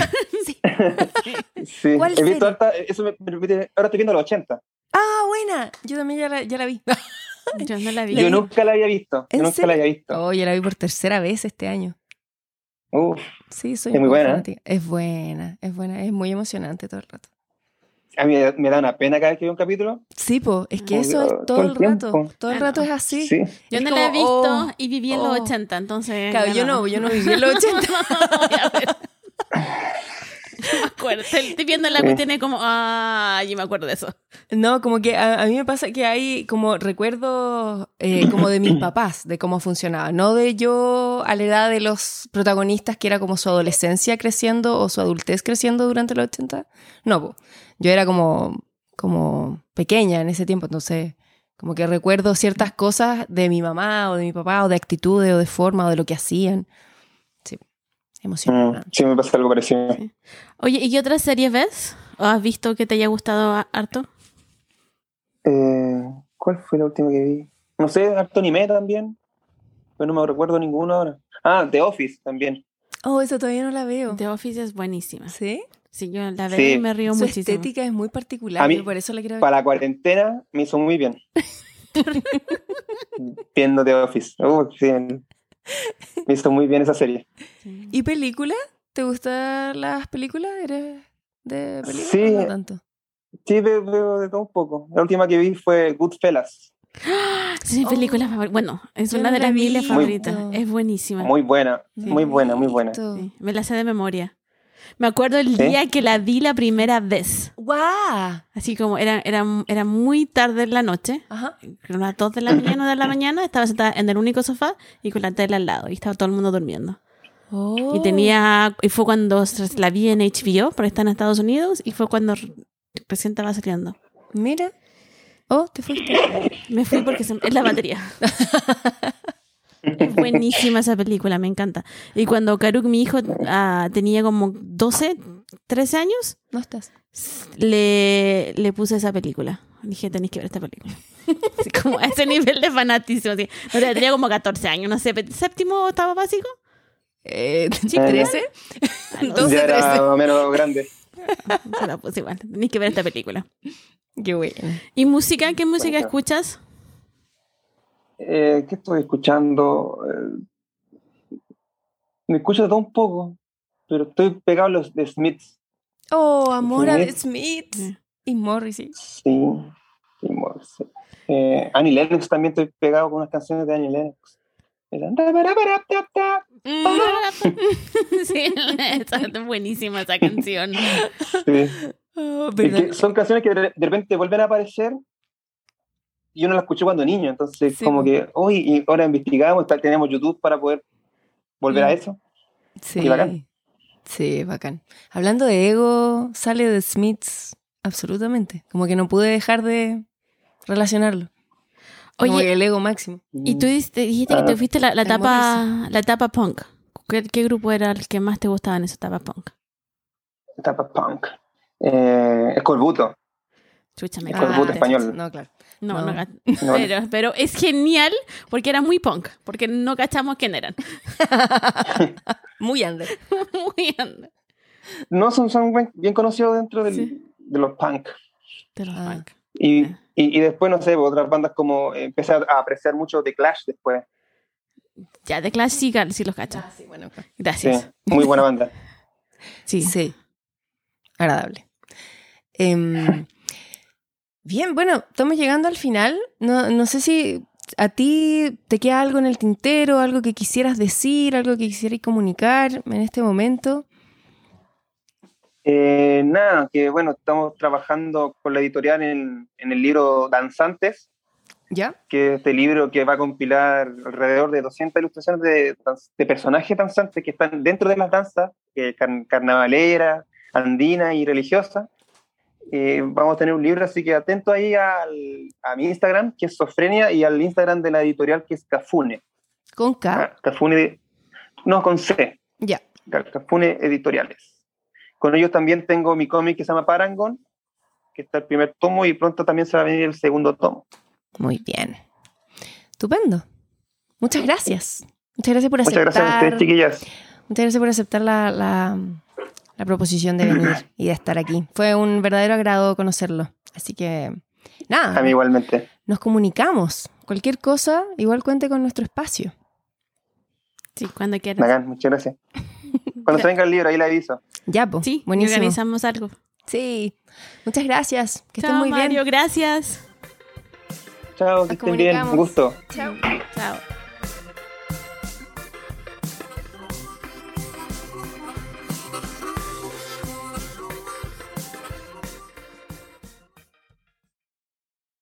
Sí, ¿Cuál he visto serie? harta, eso me permite, ahora estoy viendo los ochenta. Ah, buena. Yo también ya la, ya la vi. Yo no la vi. Yo nunca la había visto, ¿En yo nunca serio? la había visto. Oh, yo la vi por tercera vez este año. Uf, Sí, soy Es un muy poco buena, ¿eh? fanática. Es buena, es buena. Es muy emocionante todo el rato. a mí me, me da una pena cada vez que veo un capítulo. Sí, po, es que Como eso que, es oh, todo el rato. tiempo. Todo el Ah, rato no. es así. Sí. Yo Es no como, la he visto oh, y viví en oh. los ochenta, entonces... Claro, ya yo no, yo no viví en los ochenta. No, voy a ver. No me acuerdo. Estoy estoy viendo la Sí. cuestión y como... Ah, yo me acuerdo de eso. No, como que a, a mí me pasa que hay como recuerdos eh, como de mis papás, de cómo funcionaba. No de yo a la edad de los protagonistas, que era como su adolescencia creciendo o su adultez creciendo durante los ochenta. No, po. Yo era como, como pequeña en ese tiempo, entonces como que recuerdo ciertas cosas de mi mamá o de mi papá o de actitudes o de forma o de lo que hacían. Sí, Mm, emocionante. sí, me pasa algo parecido. Sí. Oye, ¿y qué otras series ves? ¿O has visto que te haya gustado a- harto? Eh, ¿Cuál fue la última que vi? No sé, harto anime también, pero no me recuerdo ninguno ahora. Ah, The Office también. Oh, eso todavía no la veo. The Office es buenísima. ¿Sí? Sí, yo la veo Sí. y me río Su muchísimo. estética es muy particular, A mí, yo por eso la quiero ver. Para la cuarentena me hizo muy bien. Viendo The Office. Uh, sí, me hizo muy bien esa serie. Sí. ¿Y películas? ¿Te gustan las películas? ¿Eres de películas? Sí. No tanto. Sí, veo, veo de todo un poco. La última que vi fue Goodfellas. Es mi Oh. película favorita. Bueno, es Yo una no de la las he miles visto. favoritas. Es buenísima. Muy buena, No muy la he buena, muy buena. visto. Sí, me la sé de memoria. Me acuerdo el ¿Sí? día que la vi la primera vez. ¡Guau! Así como era, era, era muy tarde en la noche. Ajá. A las dos de la mañana, una de la mañana, estaba sentada en el único sofá y con la tele al lado. Y estaba todo el mundo durmiendo. Oh. Y tenía, y fue cuando la vi en H B O, porque está en Estados Unidos, y fue cuando recién estaba saliendo. Mira. Oh, te fuiste. Me fui porque se, es la batería. Es buenísima esa película, me encanta. Y cuando Karuk, mi hijo, ah, tenía como doce, trece años, No estás. le, le puse esa película. Dije, tenéis que ver esta película. Así como a ese nivel de fanatismo. Así. No sé, tenía como catorce años, no sé, séptimo, octavo básico. Eh, ¿trece? doce, ya era más o menos grande. Se la puse igual. Tenéis que ver esta película. Qué bueno. ¿Y música? ¿Qué música Bueno. escuchas? Eh, ¿Qué estoy escuchando? Eh, me escucho de todo un poco, pero estoy pegado a los de Smiths. Oh, amor a The Smith. Smiths. Y Morrissey. Sí, sí, Morrissey. Eh, Annie Lennox también estoy pegado con unas canciones de Annie Lennox. Sí, es buenísima esa canción. Sí. Oh, Es que son canciones que de repente vuelven a aparecer y yo no las escuché cuando niño, entonces Sí, como po. que hoy y ahora investigamos, tal- tenemos YouTube para poder volver Mm. a eso. Sí. Qué bacán. Sí, bacán. Hablando de ego, sale de Smiths absolutamente. Como que no pude dejar de relacionarlo. Como Oye, que el ego máximo. y tú dijiste, dijiste que Ah, te fuiste la, la el etapa la etapa punk. ¿Qué, ¿Qué grupo era el que más te gustaba en esa etapa punk? Etapa punk. Eh, Escorbuto. Chucha, me Escorbuto cagaste. español. No, claro. No, No. no, ca- No. pero, pero es genial porque era muy punk, porque no cachamos quién eran. Muy under. Muy under. No, son, son bien, bien conocidos dentro del, Sí. de los punk. De los Ah. punk. Y, Ah. y, y después, no sé, otras bandas como eh, empecé a apreciar mucho The Clash después. Ya, de Clash sí, sí los cacho. Ah, sí, bueno, claro. Sí, Gracias. muy buena banda. Sí. Sí. Agradable. Em, bien, bueno, estamos llegando al final. No, no sé si a ti te queda algo en el tintero, algo que quisieras decir, algo que quisieras comunicar en este momento. Eh, nada, que bueno, estamos trabajando con la editorial en, en el libro Danzantes, ¿Ya? que es este libro que va a compilar alrededor de doscientas ilustraciones de, de personajes danzantes que están dentro de las danzas, eh, car- carnavaleras, andinas y religiosas. Eh, vamos a tener un libro, así que atento ahí al, a mi Instagram, que es Sofrenia, y al Instagram de la editorial, que es Cafune. ¿Con K? Ah, Cafune, no, con C, Ya. Cafune Editoriales. Con ellos también tengo mi cómic que se llama Parangon, que está el primer tomo y pronto también se va a venir el segundo tomo. Muy bien. Estupendo. Muchas gracias. Muchas gracias por Muchas aceptar. gracias a ustedes, chiquillas. Muchas gracias por aceptar la, la, la proposición de venir y de estar aquí. Fue un verdadero agrado conocerlo. Así que, nada, A mí igualmente. nos comunicamos. Cualquier cosa, igual cuente con nuestro espacio. Sí, cuando quieras. Bacán, muchas gracias. Cuando se venga el libro, ahí le aviso. Ya, po. Sí, Buenísimo. organizamos algo. Sí. Muchas gracias. Que estén Chao, muy Mario, bien. gracias. Chao, que Nos estén bien. Un comunicamos. gusto. Chao. Chao.